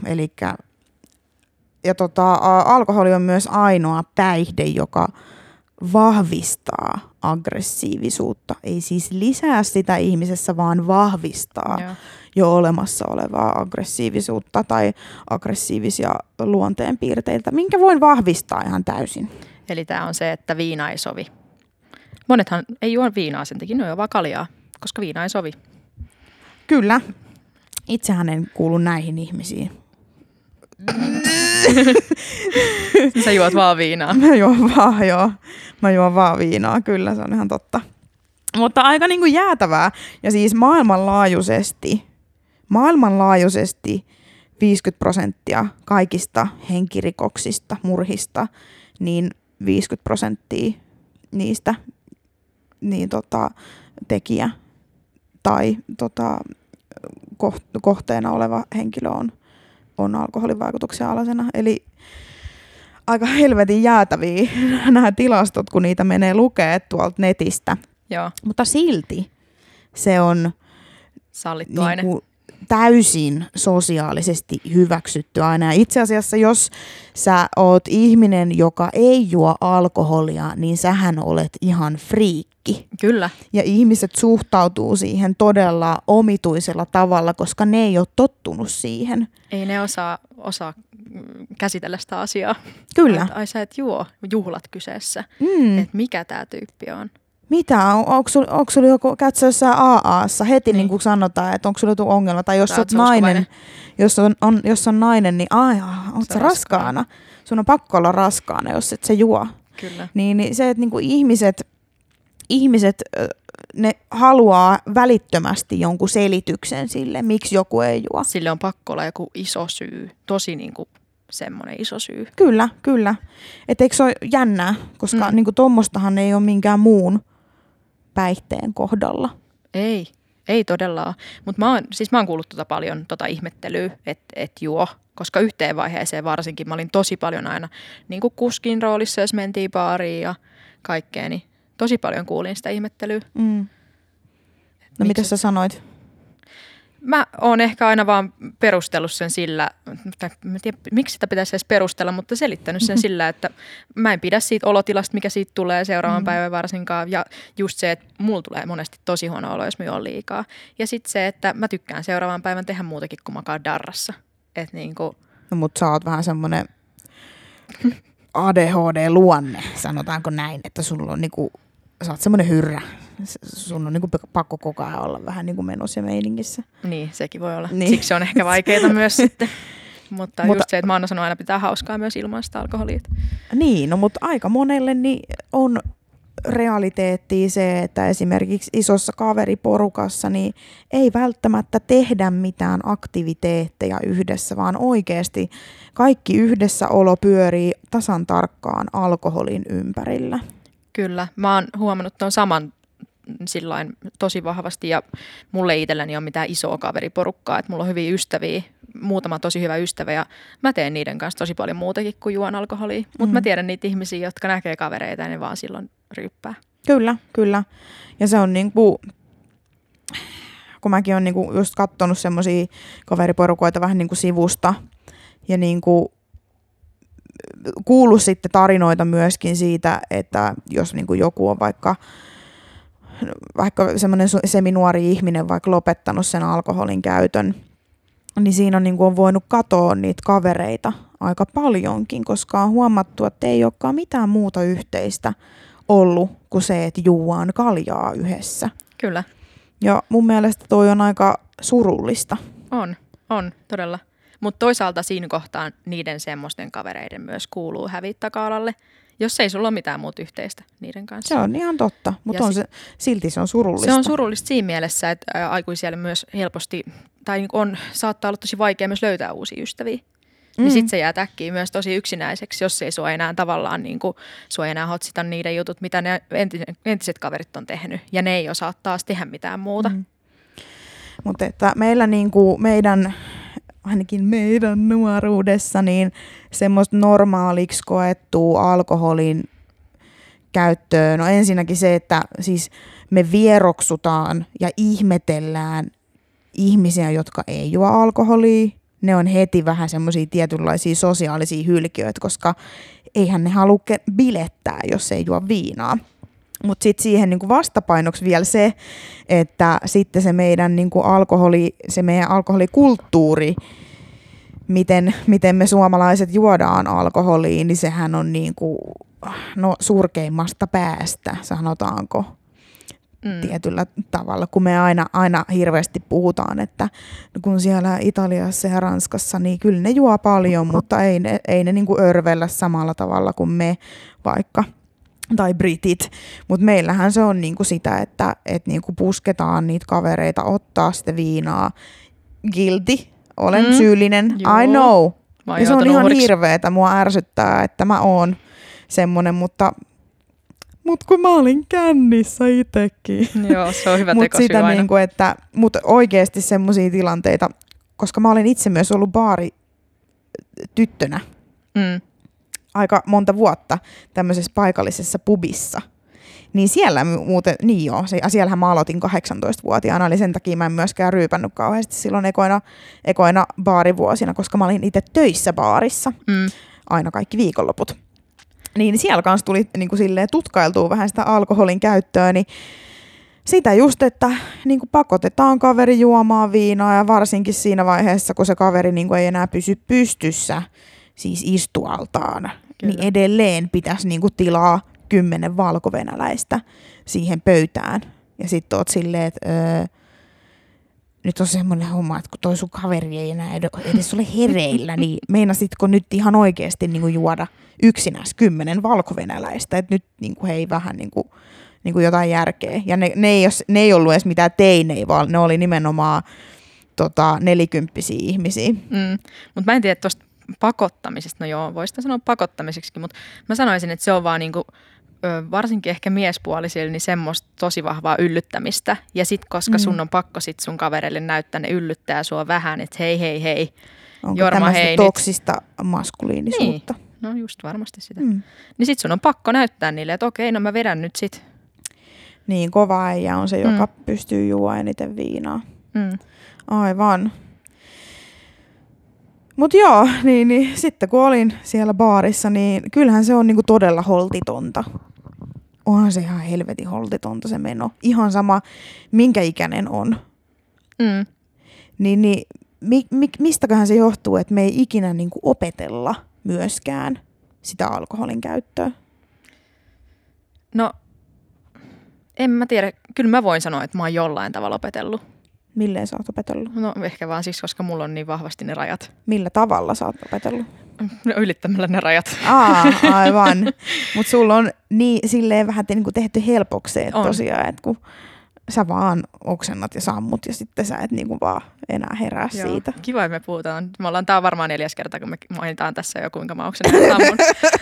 Alkoholi on myös ainoa päihde, joka vahvistaa aggressiivisuutta. Ei siis lisää sitä ihmisessä, vaan vahvistaa jo olemassa olevaa aggressiivisuutta tai aggressiivisia luonteenpiirteitä, minkä voin vahvistaa ihan täysin. Eli tämä on se, että viina ei sovi. Monethan ei juo viinaa sen takia, ne juo vaan kaljaa, koska viina ei sovi. Kyllä. Itsehän en kuulu näihin ihmisiin. Sä juot vaan viinaa. Mä juon vaan viinaa, kyllä se on ihan totta. Mutta aika niinku jäätävää. Ja siis maailmanlaajuisesti 50% kaikista henkirikoksista, murhista, niin 50% niistä niin tekijä tai kohteena oleva henkilö on alkoholin vaikutuksen alasena. Eli aika helvetin jäätäviä nämä tilastot, kun niitä menee lukee tuolta netistä. Joo. Mutta silti se on sallittu aine. Täysin sosiaalisesti hyväksytty aine. Ja itse asiassa, jos sä oot ihminen, joka ei juo alkoholia, niin sähän olet ihan friikki. Kyllä. Ja ihmiset suhtautuu siihen todella omituisella tavalla, koska ne ei ole tottunut siihen. Ei ne osaa käsitellä sitä asiaa. Kyllä. Ai sä et juo, juhlat kyseessä. Että mikä tää tyyppi on. Mitä? Onko sulla joku, käyt sä jossain AA:ssa heti niin kuin sanotaan, että onko sulla joku ongelma? Tai jos olet nainen, jos on nainen, niin oot sä raskaana. Sun on pakko olla raskaana, jos et se juo. Kyllä. Niin se, että niinku ihmiset ne haluaa välittömästi jonkun selityksen sille, miksi joku ei juo. Sille on pakko olla joku iso syy, tosi niinku semmoinen iso syy. Kyllä. Et eikö se ole jännää, koska niinku tommostahan ei ole minkään muun päihteen kohdalla. Ei todella. Mutta mä oon kuullut paljon ihmettelyä, että juo, koska yhteen vaiheeseen varsinkin mä olin tosi paljon aina niin kuin kuskin roolissa, jos mentiin baariin ja kaikkea, niin tosi paljon kuulin sitä ihmettelyä. No mitä sä sanoit? Mä oon ehkä aina vaan perustellut sen sillä, tai mä tiedä, miksi sitä pitäisi edes perustella, mutta selittänyt sen sillä, että mä en pidä siitä olotilasta, mikä siitä tulee seuraavan päivän varsinkaan. Ja just se, että mulla tulee monesti tosi huono olo, jos mä juon liikaa. Ja sitten se, että mä tykkään seuraavan päivän tehdä muutakin kuin makaa darrassa. Et niinku... No, mutta sä oot vähän semmoinen ADHD-luonne, sanotaanko näin, että sulla on niinku, sä oot semmoinen hyrrä. Sun on niinku pakko koko ajan olla vähän niinku menossa ja meiningissä. Niin, sekin voi olla. Niin. Siksi on ehkä vaikeaa myös sitten. Mutta just se, että mä oon sanonut aina pitää hauskaa myös ilman sitä alkoholia. Niin, no mutta aika monelle niin on realiteettia se, että esimerkiksi isossa kaveriporukassa niin ei välttämättä tehdä mitään aktiviteetteja yhdessä, vaan oikeasti kaikki yhdessäolo pyörii tasan tarkkaan alkoholin ympärillä. Kyllä, mä oon huomannut tuon saman sillain tosi vahvasti ja mulle itselläni on mitään isoa kaveriporukkaa, että mulla on hyviä ystäviä, muutama tosi hyvä ystävä ja mä teen niiden kanssa tosi paljon muutakin kuin juon alkoholia, mutta mä tiedän niitä ihmisiä, jotka näkee kavereita ja ne vaan silloin ryyppää. Kyllä, kyllä. Ja se on niinku, kun mäkin oon niinku just katsonut semmosia kaveriporukoita vähän niinku sivusta ja niinku kuullut sitten tarinoita myöskin siitä, että jos niinku joku on vaikka semmoinen seminuori ihminen vaikka lopettanut sen alkoholin käytön, niin siinä on, on voinut katoa niitä kavereita aika paljonkin, koska on huomattu, että ei olekaan mitään muuta yhteistä ollut kuin se, että juodaan kaljaa yhdessä. Kyllä. Ja mun mielestä toi on aika surullista. On todella. Mutta toisaalta siinä kohtaa niiden semmoisten kavereiden myös kuuluu häviä taka-alalle, jos ei sulla ole mitään muuta yhteistä niiden kanssa. Se on ihan totta, mutta silti se on surullista. Se on surullista siinä mielessä, että aikuisille myös helposti, tai saattaa olla tosi vaikea myös löytää uusia ystäviä. Niin sit se jää äkkiä myös tosi yksinäiseksi, jos ei sua enää tavallaan, sua ei enää hotsita niiden jutut, mitä ne entiset kaverit on tehnyt. Ja ne ei osaa taas tehdä mitään muuta. Mutta että meillä ainakin meidän nuoruudessa, niin semmoista normaaliksi koettua alkoholin käyttöä. No ensinnäkin se, että siis me vieroksutaan ja ihmetellään ihmisiä, jotka ei juo alkoholia. Ne on heti vähän semmoisia tietynlaisia sosiaalisia hylkiöitä, koska eihän ne halua bilettää, jos ei juo viinaa. Mutta sitten siihen niinku vastapainoksi vielä se, että sitten se meidän niinku meidän alkoholikulttuuri, miten me suomalaiset juodaan alkoholiin, niin sehän on niinku, surkeimmasta päästä, sanotaanko. Tietyllä tavalla, kun me aina hirveästi puhutaan, että kun siellä Italiassa ja Ranskassa, niin kyllä ne juo paljon, mutta ei ne niinku örvellä samalla tavalla kuin me vaikka, tai britit. Mutta meillähän se on niinku sitä, että niinku pusketaan niitä kavereita, ottaa sitä viinaa. Guilty, olen syyllinen, I know. Ja se on ihan hirveetä, mua ärsyttää, että mä oon semmonen, mutta kun mä olin kännissä itsekin. Joo, se on hyvä tekosyy aina. Niinku, mutta oikeasti semmoisia tilanteita, koska mä olen itse myös ollut baari tyttönä aika monta vuotta tämmöisessä paikallisessa pubissa. Niin siellä muuten, siellähän mä aloitin 18-vuotiaana, eli sen takia mä en myöskään ryypännyt kauheasti silloin ekoina baarivuosina, koska mä olin itse töissä baarissa aina kaikki viikonloput. Niin siellä kanssa tuli niin kuin silleen tutkailtua vähän sitä alkoholin käyttöä, niin sitä just, että niin kuin pakotetaan kaveri juomaan viinaa ja varsinkin siinä vaiheessa, kun se kaveri niin kuin ei enää pysy pystyssä, siis istualtaan, niin edelleen pitäisi niin kuin tilaa 10 valkovenäläistä siihen pöytään. Ja sitten oot silleen, että nyt on semmoinen homma, että kun toi sun kaveri ei enää edes ole hereillä, niin meinasitko nyt ihan oikeasti niin kuin juoda yksinäs 10 valkovenäläistä, että nyt niin kuin hei vähän niin kuin jotain järkeä. Ja ne ei ollut edes mitään teinejä, vaan ne oli nimenomaan 40-vuotiaita ihmisiä. Mutta mä en tiedä tuosta pakottamisesta, no joo, voisi sanoa pakottamiseksi, mutta mä sanoisin, että se on vaan niinku, varsinkin ehkä miespuolisilla, niin semmoista tosi vahvaa yllyttämistä. Ja sit, koska sun on pakko sit sun kaverille näyttää, ne yllyttää sua vähän, että hei. Onko Jorma, tämmöistä toksista maskuliinisuutta? Niin. No just varmasti sitä. Niin sit sun on pakko näyttää niille, että okei, no mä vedän nyt sit. Niin, kova äijä on se, joka pystyy juomaan eniten viinaa. Aivan. Mut joo, niin sitten kun olin siellä baarissa, niin kyllähän se on niinku todella holtitonta. Onhan se ihan helvetin holtitonta se meno. Ihan sama, minkä ikäinen on. Niin mistäköhän se johtuu, että me ei ikinä niinku opetella myöskään sitä alkoholin käyttöä? No, en mä tiedä. Kyllä mä voin sanoa, että mä oon jollain tavalla opetellut. Milleen sä oot opetellut? No ehkä vaan siis, koska mulla on niin vahvasti ne rajat. Millä tavalla sä oot opetellut? Ylittämällä ne rajat. Aivan. Mutta sulla on niin, silleen vähän niinku tehty helpokseen tosiaan, että kun sä vaan oksennat ja sammut ja sitten sä et niinku vaan enää herää siitä. Kiva, että me puhutaan. Tää on varmaan 4. kerta, kun me mainitaan tässä jo, kuinka mä oksennan ja sammun.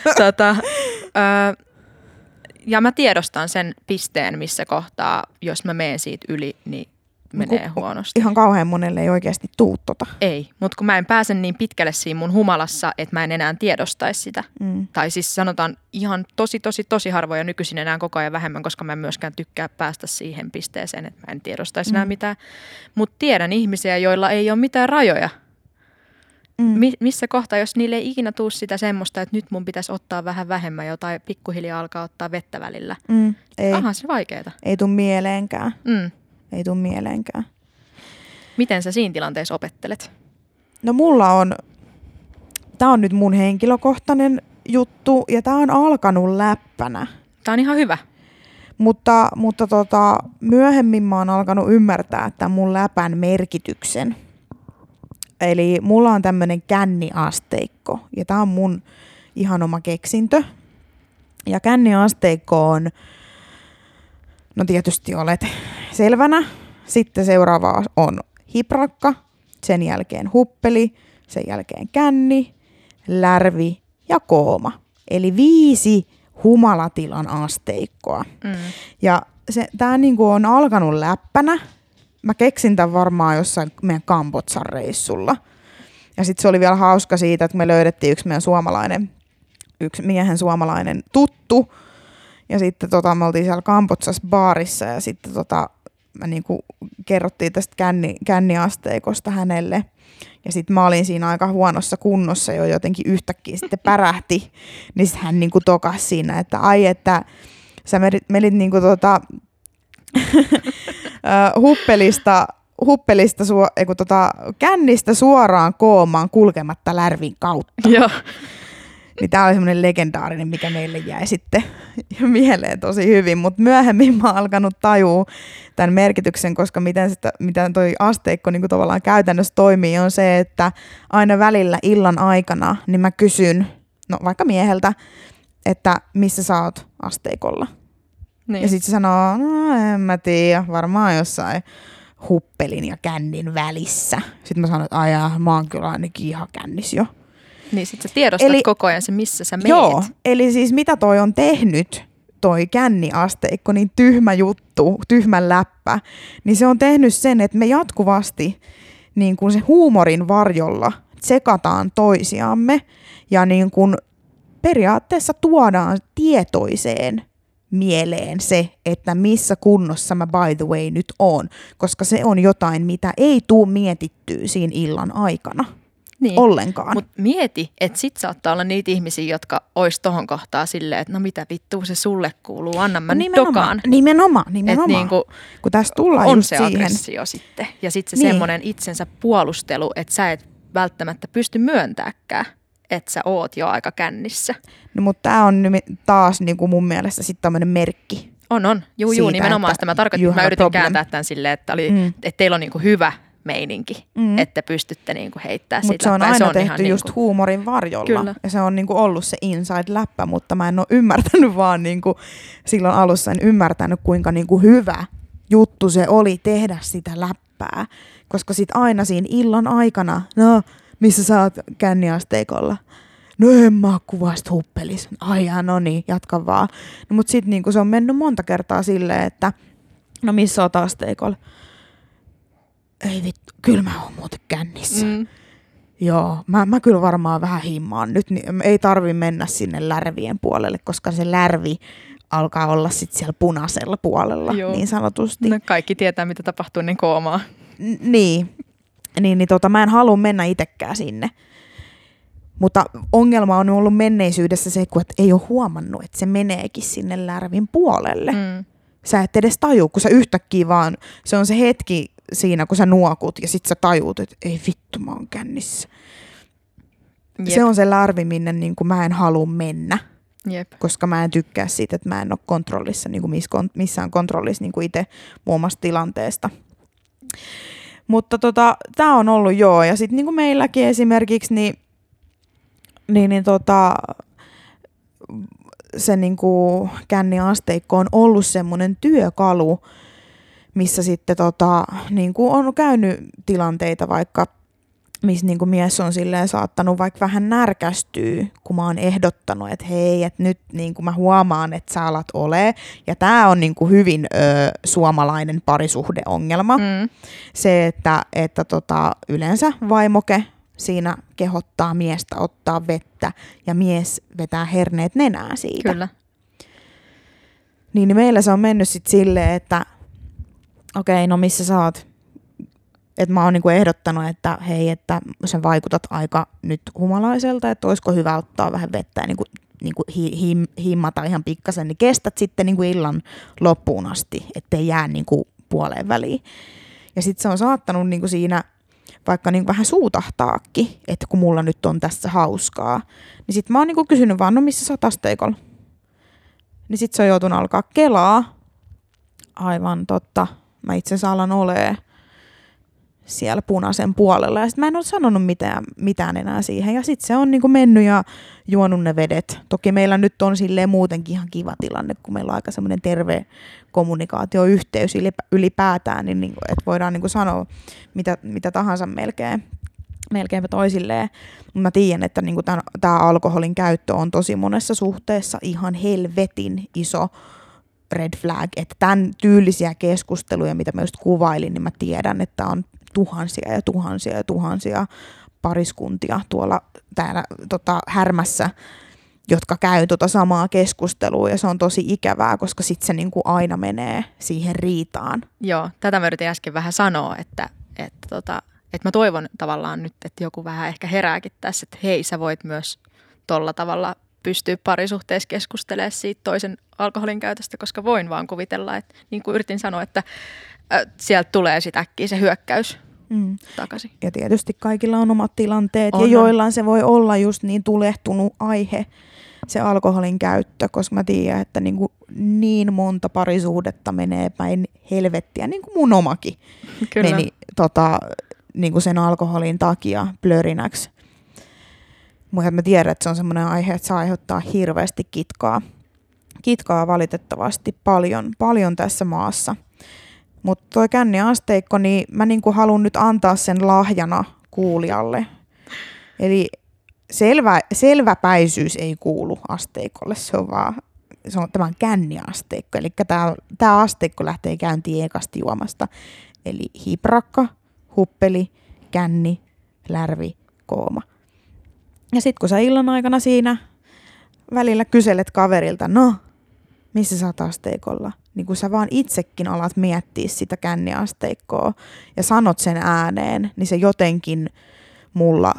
Ja mä tiedostan sen pisteen, missä kohtaa, jos mä menen siitä yli, niin menee huonosti. Ihan kauhean monelle ei oikeasti tuu tota. Ei, mutta kun mä en pääse niin pitkälle siinä mun humalassa, että mä en enää tiedostaisi sitä. Tai siis sanotaan ihan tosi harvoja nykyisin enää koko ajan vähemmän, koska mä en myöskään tykkää päästä siihen pisteeseen, että mä en tiedostaisi enää mitään. Mutta tiedän ihmisiä, joilla ei ole mitään rajoja. Missä kohtaa, jos niille ei ikinä tuu sitä semmoista, että nyt mun pitäisi ottaa vähän vähemmän jotain, pikkuhiljaa alkaa ottaa vettä välillä. Ei. Onhan se vaikeeta. Ei tuu mieleenkään. Ei tuu mieleenkään. Miten sä siinä tilanteessa opettelet? No tää on nyt mun henkilökohtainen juttu ja tää on alkanut läppänä. Tää on ihan hyvä. Mutta myöhemmin mä oon alkanut ymmärtää tämän mun läpän merkityksen. Eli mulla on tämmönen känniasteikko ja tää on mun ihan oma keksintö. Ja känniasteikko on, no tietysti olet selvänä. Sitten seuraava on hiprakka, sen jälkeen huppeli, sen jälkeen känni, lärvi ja kooma. Eli 5 humalatilan asteikkoa. Ja tää niinku on alkanut läppänä. Mä keksin tämän varmaan jossain meidän Kambodžan reissulla. Ja sitten se oli vielä hauska siitä, että me löydettiin yksi miehen suomalainen tuttu. Ja sitten me oltiin siellä Kambodžassa baarissa ja sitten mä niinku kerrottiin tästä känniasteikosta hänelle. Ja sitten mä olin siinä aika huonossa kunnossa jo jotenkin yhtäkkiä sitten pärähti. Niin sitten hän niinku tokasi siinä, että että sä menit niinku kännistä suoraan koomaan kulkematta lärvin kautta. Joo. Niin tää oli semmoinen legendaarinen, mikä meille jäi sitten mieleen tosi hyvin. Mutta myöhemmin mä oon alkanut tajua tämän merkityksen, koska miten toi asteikko niin tavallaan käytännössä toimii, on se, että aina välillä illan aikana niin mä kysyn, no vaikka mieheltä, että missä sä oot asteikolla. Niin. Ja sitten se sanoo, no en mä tiedä, varmaan jossain huppelin ja kännin välissä. Sitten mä sanon, että mä oon kyllä ainakin ihan kännis jo. Niin sit sä tiedostat koko ajan se, missä sä meet. Joo, eli siis mitä toi on tehnyt, toi känniasteikko, niin tyhmä juttu, tyhmän läppä, niin se on tehnyt sen, että me jatkuvasti niin kuin se huumorin varjolla tsekataan toisiamme ja niin kuin periaatteessa tuodaan tietoiseen mieleen se, että missä kunnossa mä by the way nyt oon, koska se on jotain, mitä ei tuu mietittyä siinä illan aikana. Niin. Ollenkaan. Mutta mieti, että sit saattaa olla niitä ihmisiä, jotka ois tohon kohtaa silleen, että no mitä vittua se sulle kuuluu, anna mä nyt dokaan. Nimenomaan. Niinku, kun tässä tullaan on just se siihen. aggressio sitten. Ja sitten se semmoinen itsensä puolustelu, että sä et välttämättä pysty myöntääkään, että sä oot jo aika kännissä. No mutta tää on taas niinku mun mielestä sitten tämmöinen merkki. On. Juu, nimenomaan sitä mä tarkoitin. Mä yritin kääntää tämän silleen, että teillä on niinku hyvä meininki, että pystytte niinku heittämään sitä. Mutta se on aina tehty just niinku huumorin varjolla. Kyllä. Ja se on niinku ollut se inside-läppä, mutta mä en ole ymmärtänyt vaan niinku, silloin alussa en ymmärtänyt, kuinka niinku hyvä juttu se oli tehdä sitä läppää. Koska sit aina siinä illan aikana, no missä sä oot känniasteikolla? No en mä oo kuvasta huppelis. No niin, jatka vaan. No, mut sit niinku se on mennyt monta kertaa silleen, että no missä oot asteikolla? Ei vittu, kyllä mä oon muuten kännissä. Joo, mä kyllä varmaan vähän himmaan nyt, niin ei tarvi mennä sinne lärvien puolelle, koska se lärvi alkaa olla sitten siellä punaisella puolella, niin sanotusti. No kaikki tietää, mitä tapahtuu niin koomaa. Niin, mä en halua mennä itsekään sinne. Mutta ongelma on ollut menneisyydessä se, että ei ole huomannut, että se meneekin sinne lärvin puolelle. Sä et edes taju, kun sä yhtäkkiä vaan, se on se hetki siinä, kun sä nuokut ja sit sä tajuut, että ei vittu, mä oon kännissä. Jep. Se on se lärvi, minne niin kuin mä en halua mennä. Jep. Koska mä en tykkää siitä, että mä en ole kontrollissa, niin kuin missään kontrollissa niin kuin itse muun muassa tilanteesta. Mutta tää on ollut ja sitten niin kuin meilläkin esimerkiksi, niin se niinku känniasteikko on ollut semmoinen työkalu, missä sitten niinku on käynyt tilanteita vaikka, missä niinku mies on silleen saattanut vaikka vähän närkästyä, kun mä oon ehdottanut, että hei, että nyt niinku mä huomaan, että sä alat ole. Ja tää on niinku hyvin suomalainen parisuhdeongelma. Se, että yleensä vaimoke siinä kehottaa miestä ottaa vettä ja mies vetää herneet nenää siitä. Kyllä. Niin meillä se on mennyt sitten silleen, että okei, no missä sä oot? Että mä oon niinku ehdottanut, että hei, että sä vaikutat aika nyt humalaiselta, että olisiko hyvä ottaa vähän vettä ja niinku himmata ihan pikkasen, niin kestät sitten niinku illan loppuun asti, ettei jää niinku puoleen väliin. Ja sitten se on saattanut niinku siinä vaikka niinku vähän suutahtaakin, että kun mulla nyt on tässä hauskaa, niin sitten mä oon niinku kysynyt vaan, no missä sä oot asteikolla? Niin sitten se on joutunut alkaa kelaa. Aivan totta. Mä itse asiassa alan olee siellä punaisen puolella. Ja sitten mä en ole sanonut mitään enää siihen. Ja sitten se on niinku mennyt ja juonut ne vedet. Toki meillä nyt on silleen muutenkin ihan kiva tilanne, kun meillä on aika semmoinen terve kommunikaatioyhteys ylipäätään, niin että voidaan niinku sanoa mitä tahansa melkeinpä toisilleen. Mä tiedän, että niinku tämä alkoholin käyttö on tosi monessa suhteessa ihan helvetin iso red flag. Että tämän tyylisiä keskusteluja, mitä mä just kuvailin, niin mä tiedän, että on tuhansia ja tuhansia ja tuhansia pariskuntia tuolla täällä Härmässä, jotka käy samaa keskustelua, ja se on tosi ikävää, koska sitten se niinku aina menee siihen riitaan. Joo, tätä mä yritin äsken vähän sanoa, että mä toivon tavallaan nyt, että joku vähän ehkä herääkin tässä, että hei, sä voit myös tolla tavalla pystyä parisuhteessa keskustelemaan siitä toisen alkoholin käytöstä, koska voin vaan kuvitella, että niin kuin yritin sanoa, että sieltä tulee sit äkkiä se hyökkäys takaisin. Ja tietysti kaikilla on omat tilanteet, ja joillain se voi olla just niin tulehtunut aihe, se alkoholin käyttö, koska mä tiedän, että niin monta parisuhdetta menee päin helvettiä, niin kuin mun omakin meni sen alkoholin takia plörinäksi. Mutta mä tiedän, että se on semmoinen aihe, että se aiheuttaa hirveästi kitkaa valitettavasti paljon tässä maassa. Mutta toi känniasteikko, niin mä haluan nyt antaa sen lahjana kuulijalle. Eli selväpäisyys ei kuulu asteikolle, se on tämä känniasteikko. Eli tämä asteikko lähtee käyntiin ekasta juomasta. Eli hiprakka, huppeli, känni, lärvi, kooma. Ja sit kun sä illan aikana siinä välillä kyselet kaverilta, no, missä sä oot asteikolla? Niin kun sä vaan itsekin alat miettiä sitä känniasteikkoa ja sanot sen ääneen, niin se jotenkin mulla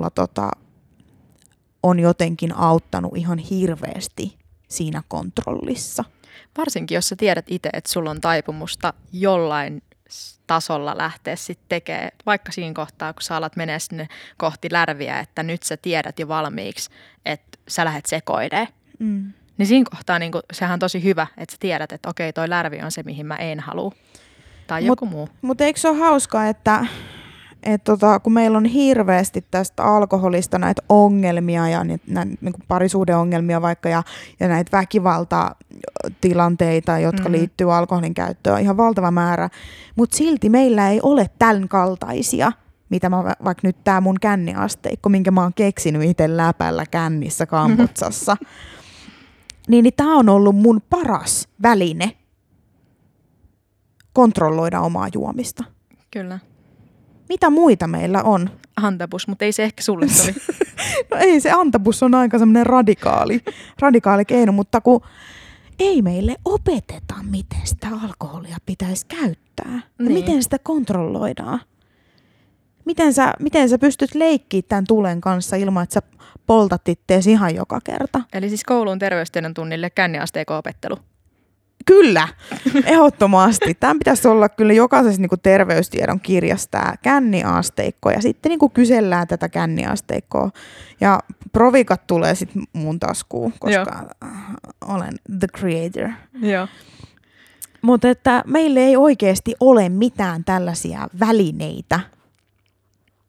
on jotenkin auttanut ihan hirveästi siinä kontrollissa. Varsinkin, jos sä tiedät itse, että sulla on taipumusta jollain tasolla lähteä sitten tekemään, vaikka siinä kohtaa, kun sä alat menee sinne kohti lärviä, että nyt sä tiedät jo valmiiksi, että sä lähdet sekoilemaan. Niin siinä kohtaa niin sehän on tosi hyvä, että sä tiedät, että okei, toi lärvi on se, mihin mä en halua. Tai joku muu. Mutta eikö se ole hauskaa, että kun meillä on hirveästi tästä alkoholista näitä ongelmia ja näitä niin parisuhdeongelmia vaikka ja näitä väkivaltatilanteita, jotka liittyy alkoholin käyttöön, ihan valtava määrä, mutta silti meillä ei ole tämän kaltaisia, mitä vaikka nyt tämä mun känniasteikko, minkä mä oon keksinyt itse läpällä kännissä Kambotsassa, niin tämä on ollut mun paras väline kontrolloida omaa juomista. Kyllä. Mitä muita meillä on? Antabus, mutta ei se ehkä sulle sovi. No ei, se antabus on aika semmoinen radikaali keino, mutta kun ei meille opeteta, miten sitä alkoholia pitäisi käyttää. Niin. Miten sitä kontrolloidaan. Miten sä pystyt leikkiä tämän tulen kanssa ilman, että sä poltat ittees ihan joka kerta. Eli siis koulun terveystiedon tunnille känniasteikko-opettelu. Kyllä, ehdottomasti. Tämän pitäisi olla kyllä jokaisessa niin kuin terveystiedon kirjassa tämä känniasteikko ja sitten niin kuin kysellään tätä känniasteikkoa. Ja provikat tulee sitten mun taskuun, koska olen the creator. Joo. Mutta että meillä ei oikeasti ole mitään tällaisia välineitä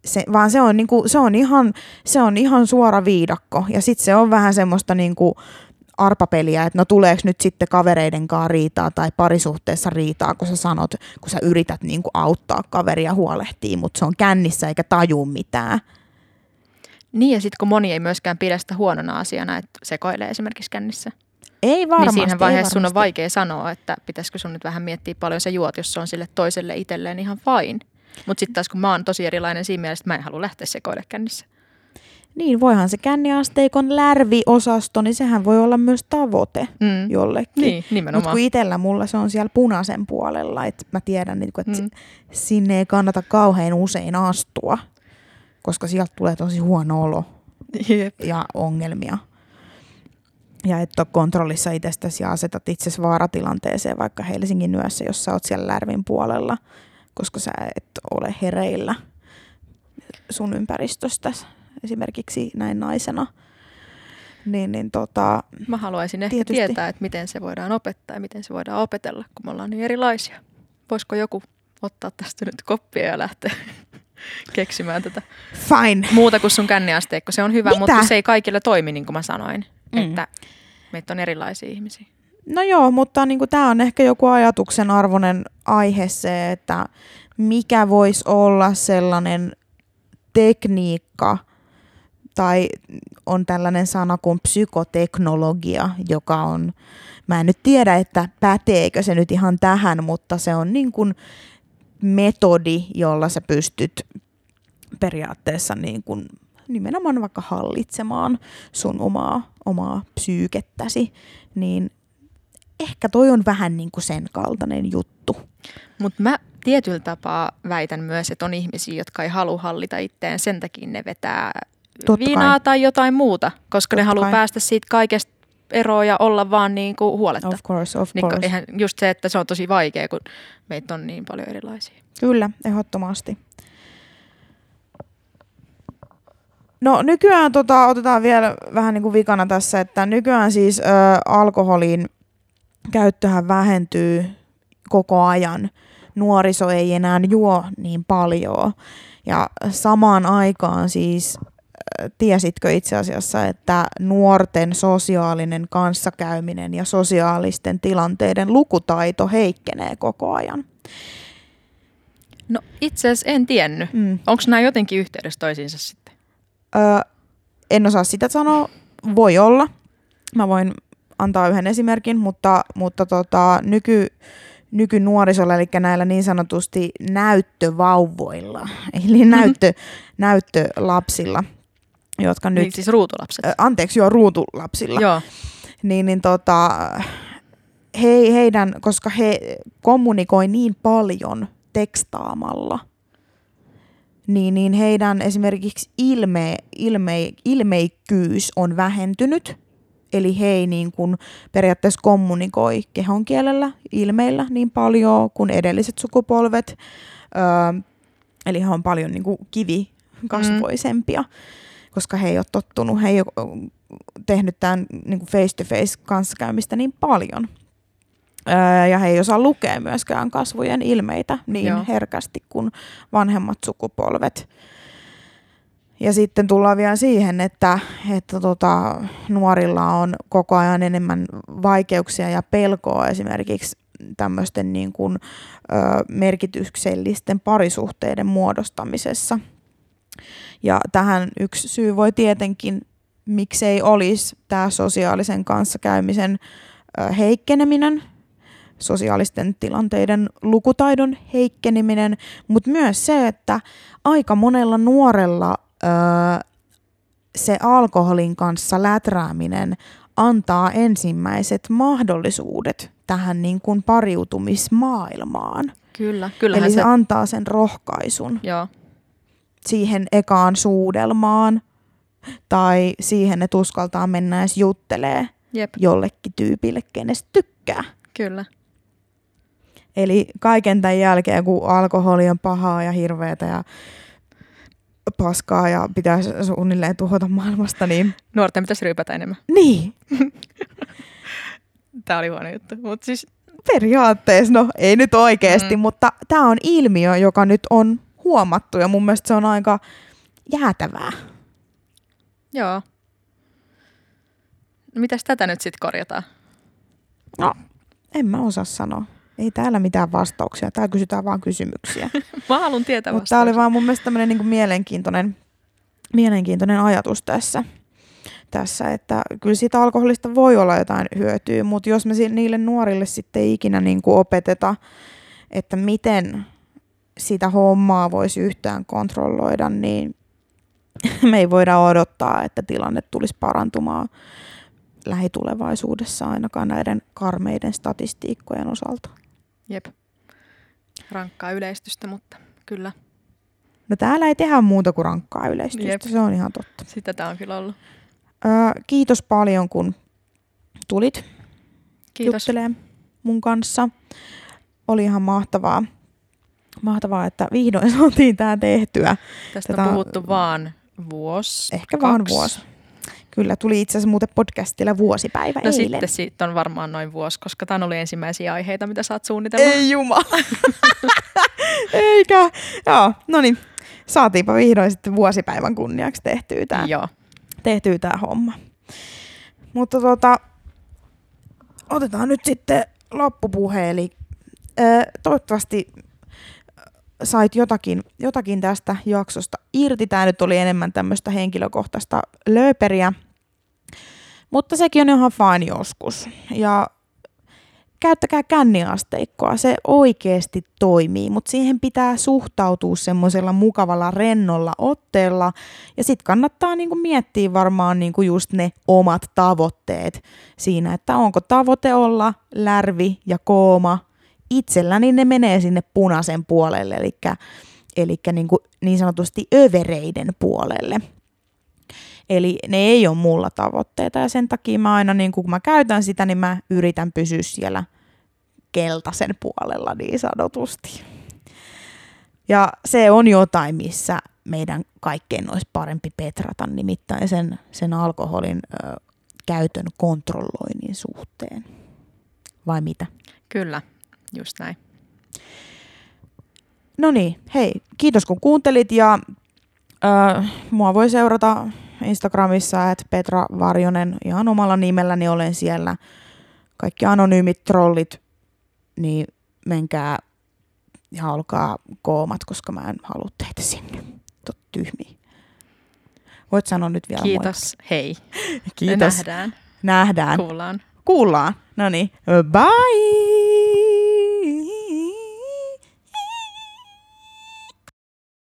vaan se on ihan suora viidakko. Ja sitten se on vähän semmoista niinku arpapeliä, että no tuleeko nyt sitten kavereiden kanssa riitaa tai parisuhteessa riitaa, kun sä sanot, kun sä yrität niinku auttaa kaveria huolehtii, mutta se on kännissä eikä tajuu mitään. Niin ja sitten kun moni ei myöskään pidä sitä huonona asiana, että sekoilee esimerkiksi kännissä. Ei varmasti. Niin siinä vaiheessa sun on vaikea sanoa, että pitäisikö sun nyt vähän miettiä paljon sä juot, jos se on sille toiselle itselleen ihan fine. Mutta sitten taas kun mä oon tosi erilainen siinä mielessä, että mä en halua lähteä sekoille kännissä. Niin, voihan se känniasteikon lärviosasto, niin sehän voi olla myös tavoite jollekin. Niin, nimenomaan. Mutta kun itsellä mulla se on siellä punaisen puolella, että mä tiedän, että sinne ei kannata kauhean usein astua, koska sieltä tulee tosi huono olo ja ongelmia. Ja et ole kontrollissa itsestäsi ja asetat itsesi vaaratilanteeseen vaikka Helsingin yössä, jos sä oot siellä lärvin puolella, koska sä et ole hereillä sun ympäristöstä. Esimerkiksi näin naisena. Mä haluaisin ehkä tietää, että miten se voidaan opettaa ja miten se voidaan opetella, kun me ollaan niin erilaisia. Voisiko joku ottaa tästä nyt koppia ja lähteä keksimään tätä? Fine. Muuta kuin sun känniasteikko. Se on hyvä, mutta se ei kaikille toimi, niin kuin mä sanoin. Että meitä on erilaisia ihmisiä. No joo, mutta niin tämä on ehkä joku ajatuksen arvoinen aihe se, että mikä voisi olla sellainen tekniikka, tai on tällainen sana kuin psykoteknologia, joka on, mä en nyt tiedä, että päteekö se nyt ihan tähän, mutta se on niin kuin metodi, jolla sä pystyt periaatteessa niin kuin nimenomaan vaikka hallitsemaan sun omaa psyykettäsi, niin ehkä toi on vähän niin kuin sen kaltainen juttu. Mutta mä tietyllä tapaa väitän myös, että on ihmisiä, jotka ei halua hallita itseään, sen takia ne vetää viinaa tai jotain muuta, koska ne haluaa päästä siitä kaikesta eroon ja olla vaan niin kuin huoletta. Of course. Eihän just se, että se on tosi vaikea, kun meitä on niin paljon erilaisia. Kyllä, ehdottomasti. No nykyään otetaan vielä vähän niin kuin vikana tässä, että nykyään siis alkoholin käyttöhän vähentyy koko ajan. Nuoriso ei enää juo niin paljon. Ja samaan aikaan siis, tiesitkö itse asiassa, että nuorten sosiaalinen kanssakäyminen ja sosiaalisten tilanteiden lukutaito heikkenee koko ajan? No itse asiassa en tiennyt. Onko nämä jotenkin yhteydessä toisiinsa sitten? En osaa sitä sanoa. Voi olla. Mä voin antaa yhden esimerkin, mutta nykynuorisolla, eli näillä niin sanotusti näyttövauvoilla, eli näyttölapsilla, jotka nyt... Niin siis ruutulapset. Ruutulapsilla. Joo. Heidän, koska he kommunikoi niin paljon tekstaamalla, niin heidän esimerkiksi ilmeikkyys on vähentynyt. Eli he ei niin kuin periaatteessa kommunikoi kehonkielellä, ilmeillä niin paljon kuin edelliset sukupolvet. Eli he on paljon niin kuin kivikasvoisempia, koska he ei ole tottunut, he ei ole tehnyt tämän niin kuin face-to-face kanssakäymistä niin paljon. Ja he ei osaa lukea myöskään kasvojen ilmeitä niin herkästi kuin vanhemmat sukupolvet. Ja sitten tullaan vielä siihen, että nuorilla on koko ajan enemmän vaikeuksia ja pelkoa esimerkiksi tämmöisten niin kuin, merkityksellisten parisuhteiden muodostamisessa. Ja tähän yksi syy voi tietenkin, miksei olisi tämä sosiaalisen kanssakäymisen heikkeneminen, sosiaalisten tilanteiden lukutaidon heikkeneminen, mutta myös se, että aika monella nuorella se alkoholin kanssa läträäminen antaa ensimmäiset mahdollisuudet tähän niin kuin pariutumismaailmaan. Kyllä. Eli se antaa sen rohkaisun siihen ekaan suudelmaan tai siihen, että uskaltaa mennä edes juttelee jollekin tyypille, kenestä tykkää. Kyllä. Eli kaiken tämän jälkeen, kun alkoholi on pahaa ja hirveätä ja paskaa ja pitäisi suunnilleen tuhota maailmasta, niin... Nuorten pitäisi ryypätä enemmän. Niin. Tämä oli huono juttu, mutta siis... Periaatteessa, no ei nyt oikeasti, mutta tämä on ilmiö, joka nyt on huomattu ja mun mielestä se on aika jäätävää. Joo. No, mitäs tätä nyt sitten korjataan? No, en mä osaa sanoa. Ei täällä mitään vastauksia. Täällä kysytään vaan kysymyksiä. Mä haluan tietää Mutta tää oli vaan mun mielestä tämmönen niinku mielenkiintoinen ajatus tässä, että kyllä siitä alkoholista voi olla jotain hyötyä, mutta jos me niille nuorille sitten ei ikinä niinku opeteta, että miten sitä hommaa voisi yhtään kontrolloida, niin me ei voida odottaa, että tilanne tulisi parantumaan lähitulevaisuudessa ainakaan näiden karmeiden statistiikkojen osalta. Jep. Rankkaa yleistystä, mutta kyllä. No täällä ei tehdä muuta kuin rankkaa yleistystä, Jep. Se on ihan totta. Sitä tää on kyllä ollut. Kiitos paljon, kun tulit juttelemaan mun kanssa. Oli ihan mahtavaa, että vihdoin saatiin tää tehtyä. Tästä on puhuttu vaan vuosi. Ehkä 2. vaan vuosi. Kyllä, tuli itse asiassa muuten podcastilla vuosipäivä no eilen. Sitten siitä on varmaan noin vuosi, koska tämä oli ensimmäisiä aiheita, mitä sä oot suunnitellut. Ei jumala. Eikä. Joo, no niin. Saatiinpa vihdoin sitten vuosipäivän kunniaksi tehtyä tää homma. Mutta otetaan nyt sitten loppupuhe. Eli toivottavasti sait jotakin tästä jaksosta irti. Tää nyt oli enemmän tämmöistä henkilökohtaista lööperiä. Mutta sekin on ihan fine joskus. Ja käyttäkää känniasteikkoa, se oikeasti toimii, mutta siihen pitää suhtautua semmoisella mukavalla, rennolla otteella. Ja sit kannattaa niinku miettiä varmaan niinku just ne omat tavoitteet siinä, että onko tavoite olla lärvi ja kooma. Itselläni ne menee sinne punaisen puolelle, eli niin sanotusti övereiden puolelle. Eli ne ei ole mulla tavoitteita ja sen takia mä aina, niin kun mä käytän sitä, niin mä yritän pysyä siellä keltaisen puolella niin sanotusti. Ja se on jotain, missä meidän kaikkeen olisi parempi petrata, nimittäin sen alkoholin käytön kontrolloinnin suhteen. Vai mitä? Kyllä, just näin. No niin, hei, kiitos kun kuuntelit ja mua voi seurata Instagramissa @Petra Varjonen ihan omalla nimelläni, olen siellä. Kaikki anonyymit trollit, niin menkää ja olkaa koomat, koska mä en halua teitä sinne. Tyhmiä. Voit sanoa nyt vielä Kiitos, moi. Hei. Kiitos. Nähdään. Kuullaan. No niin, bye!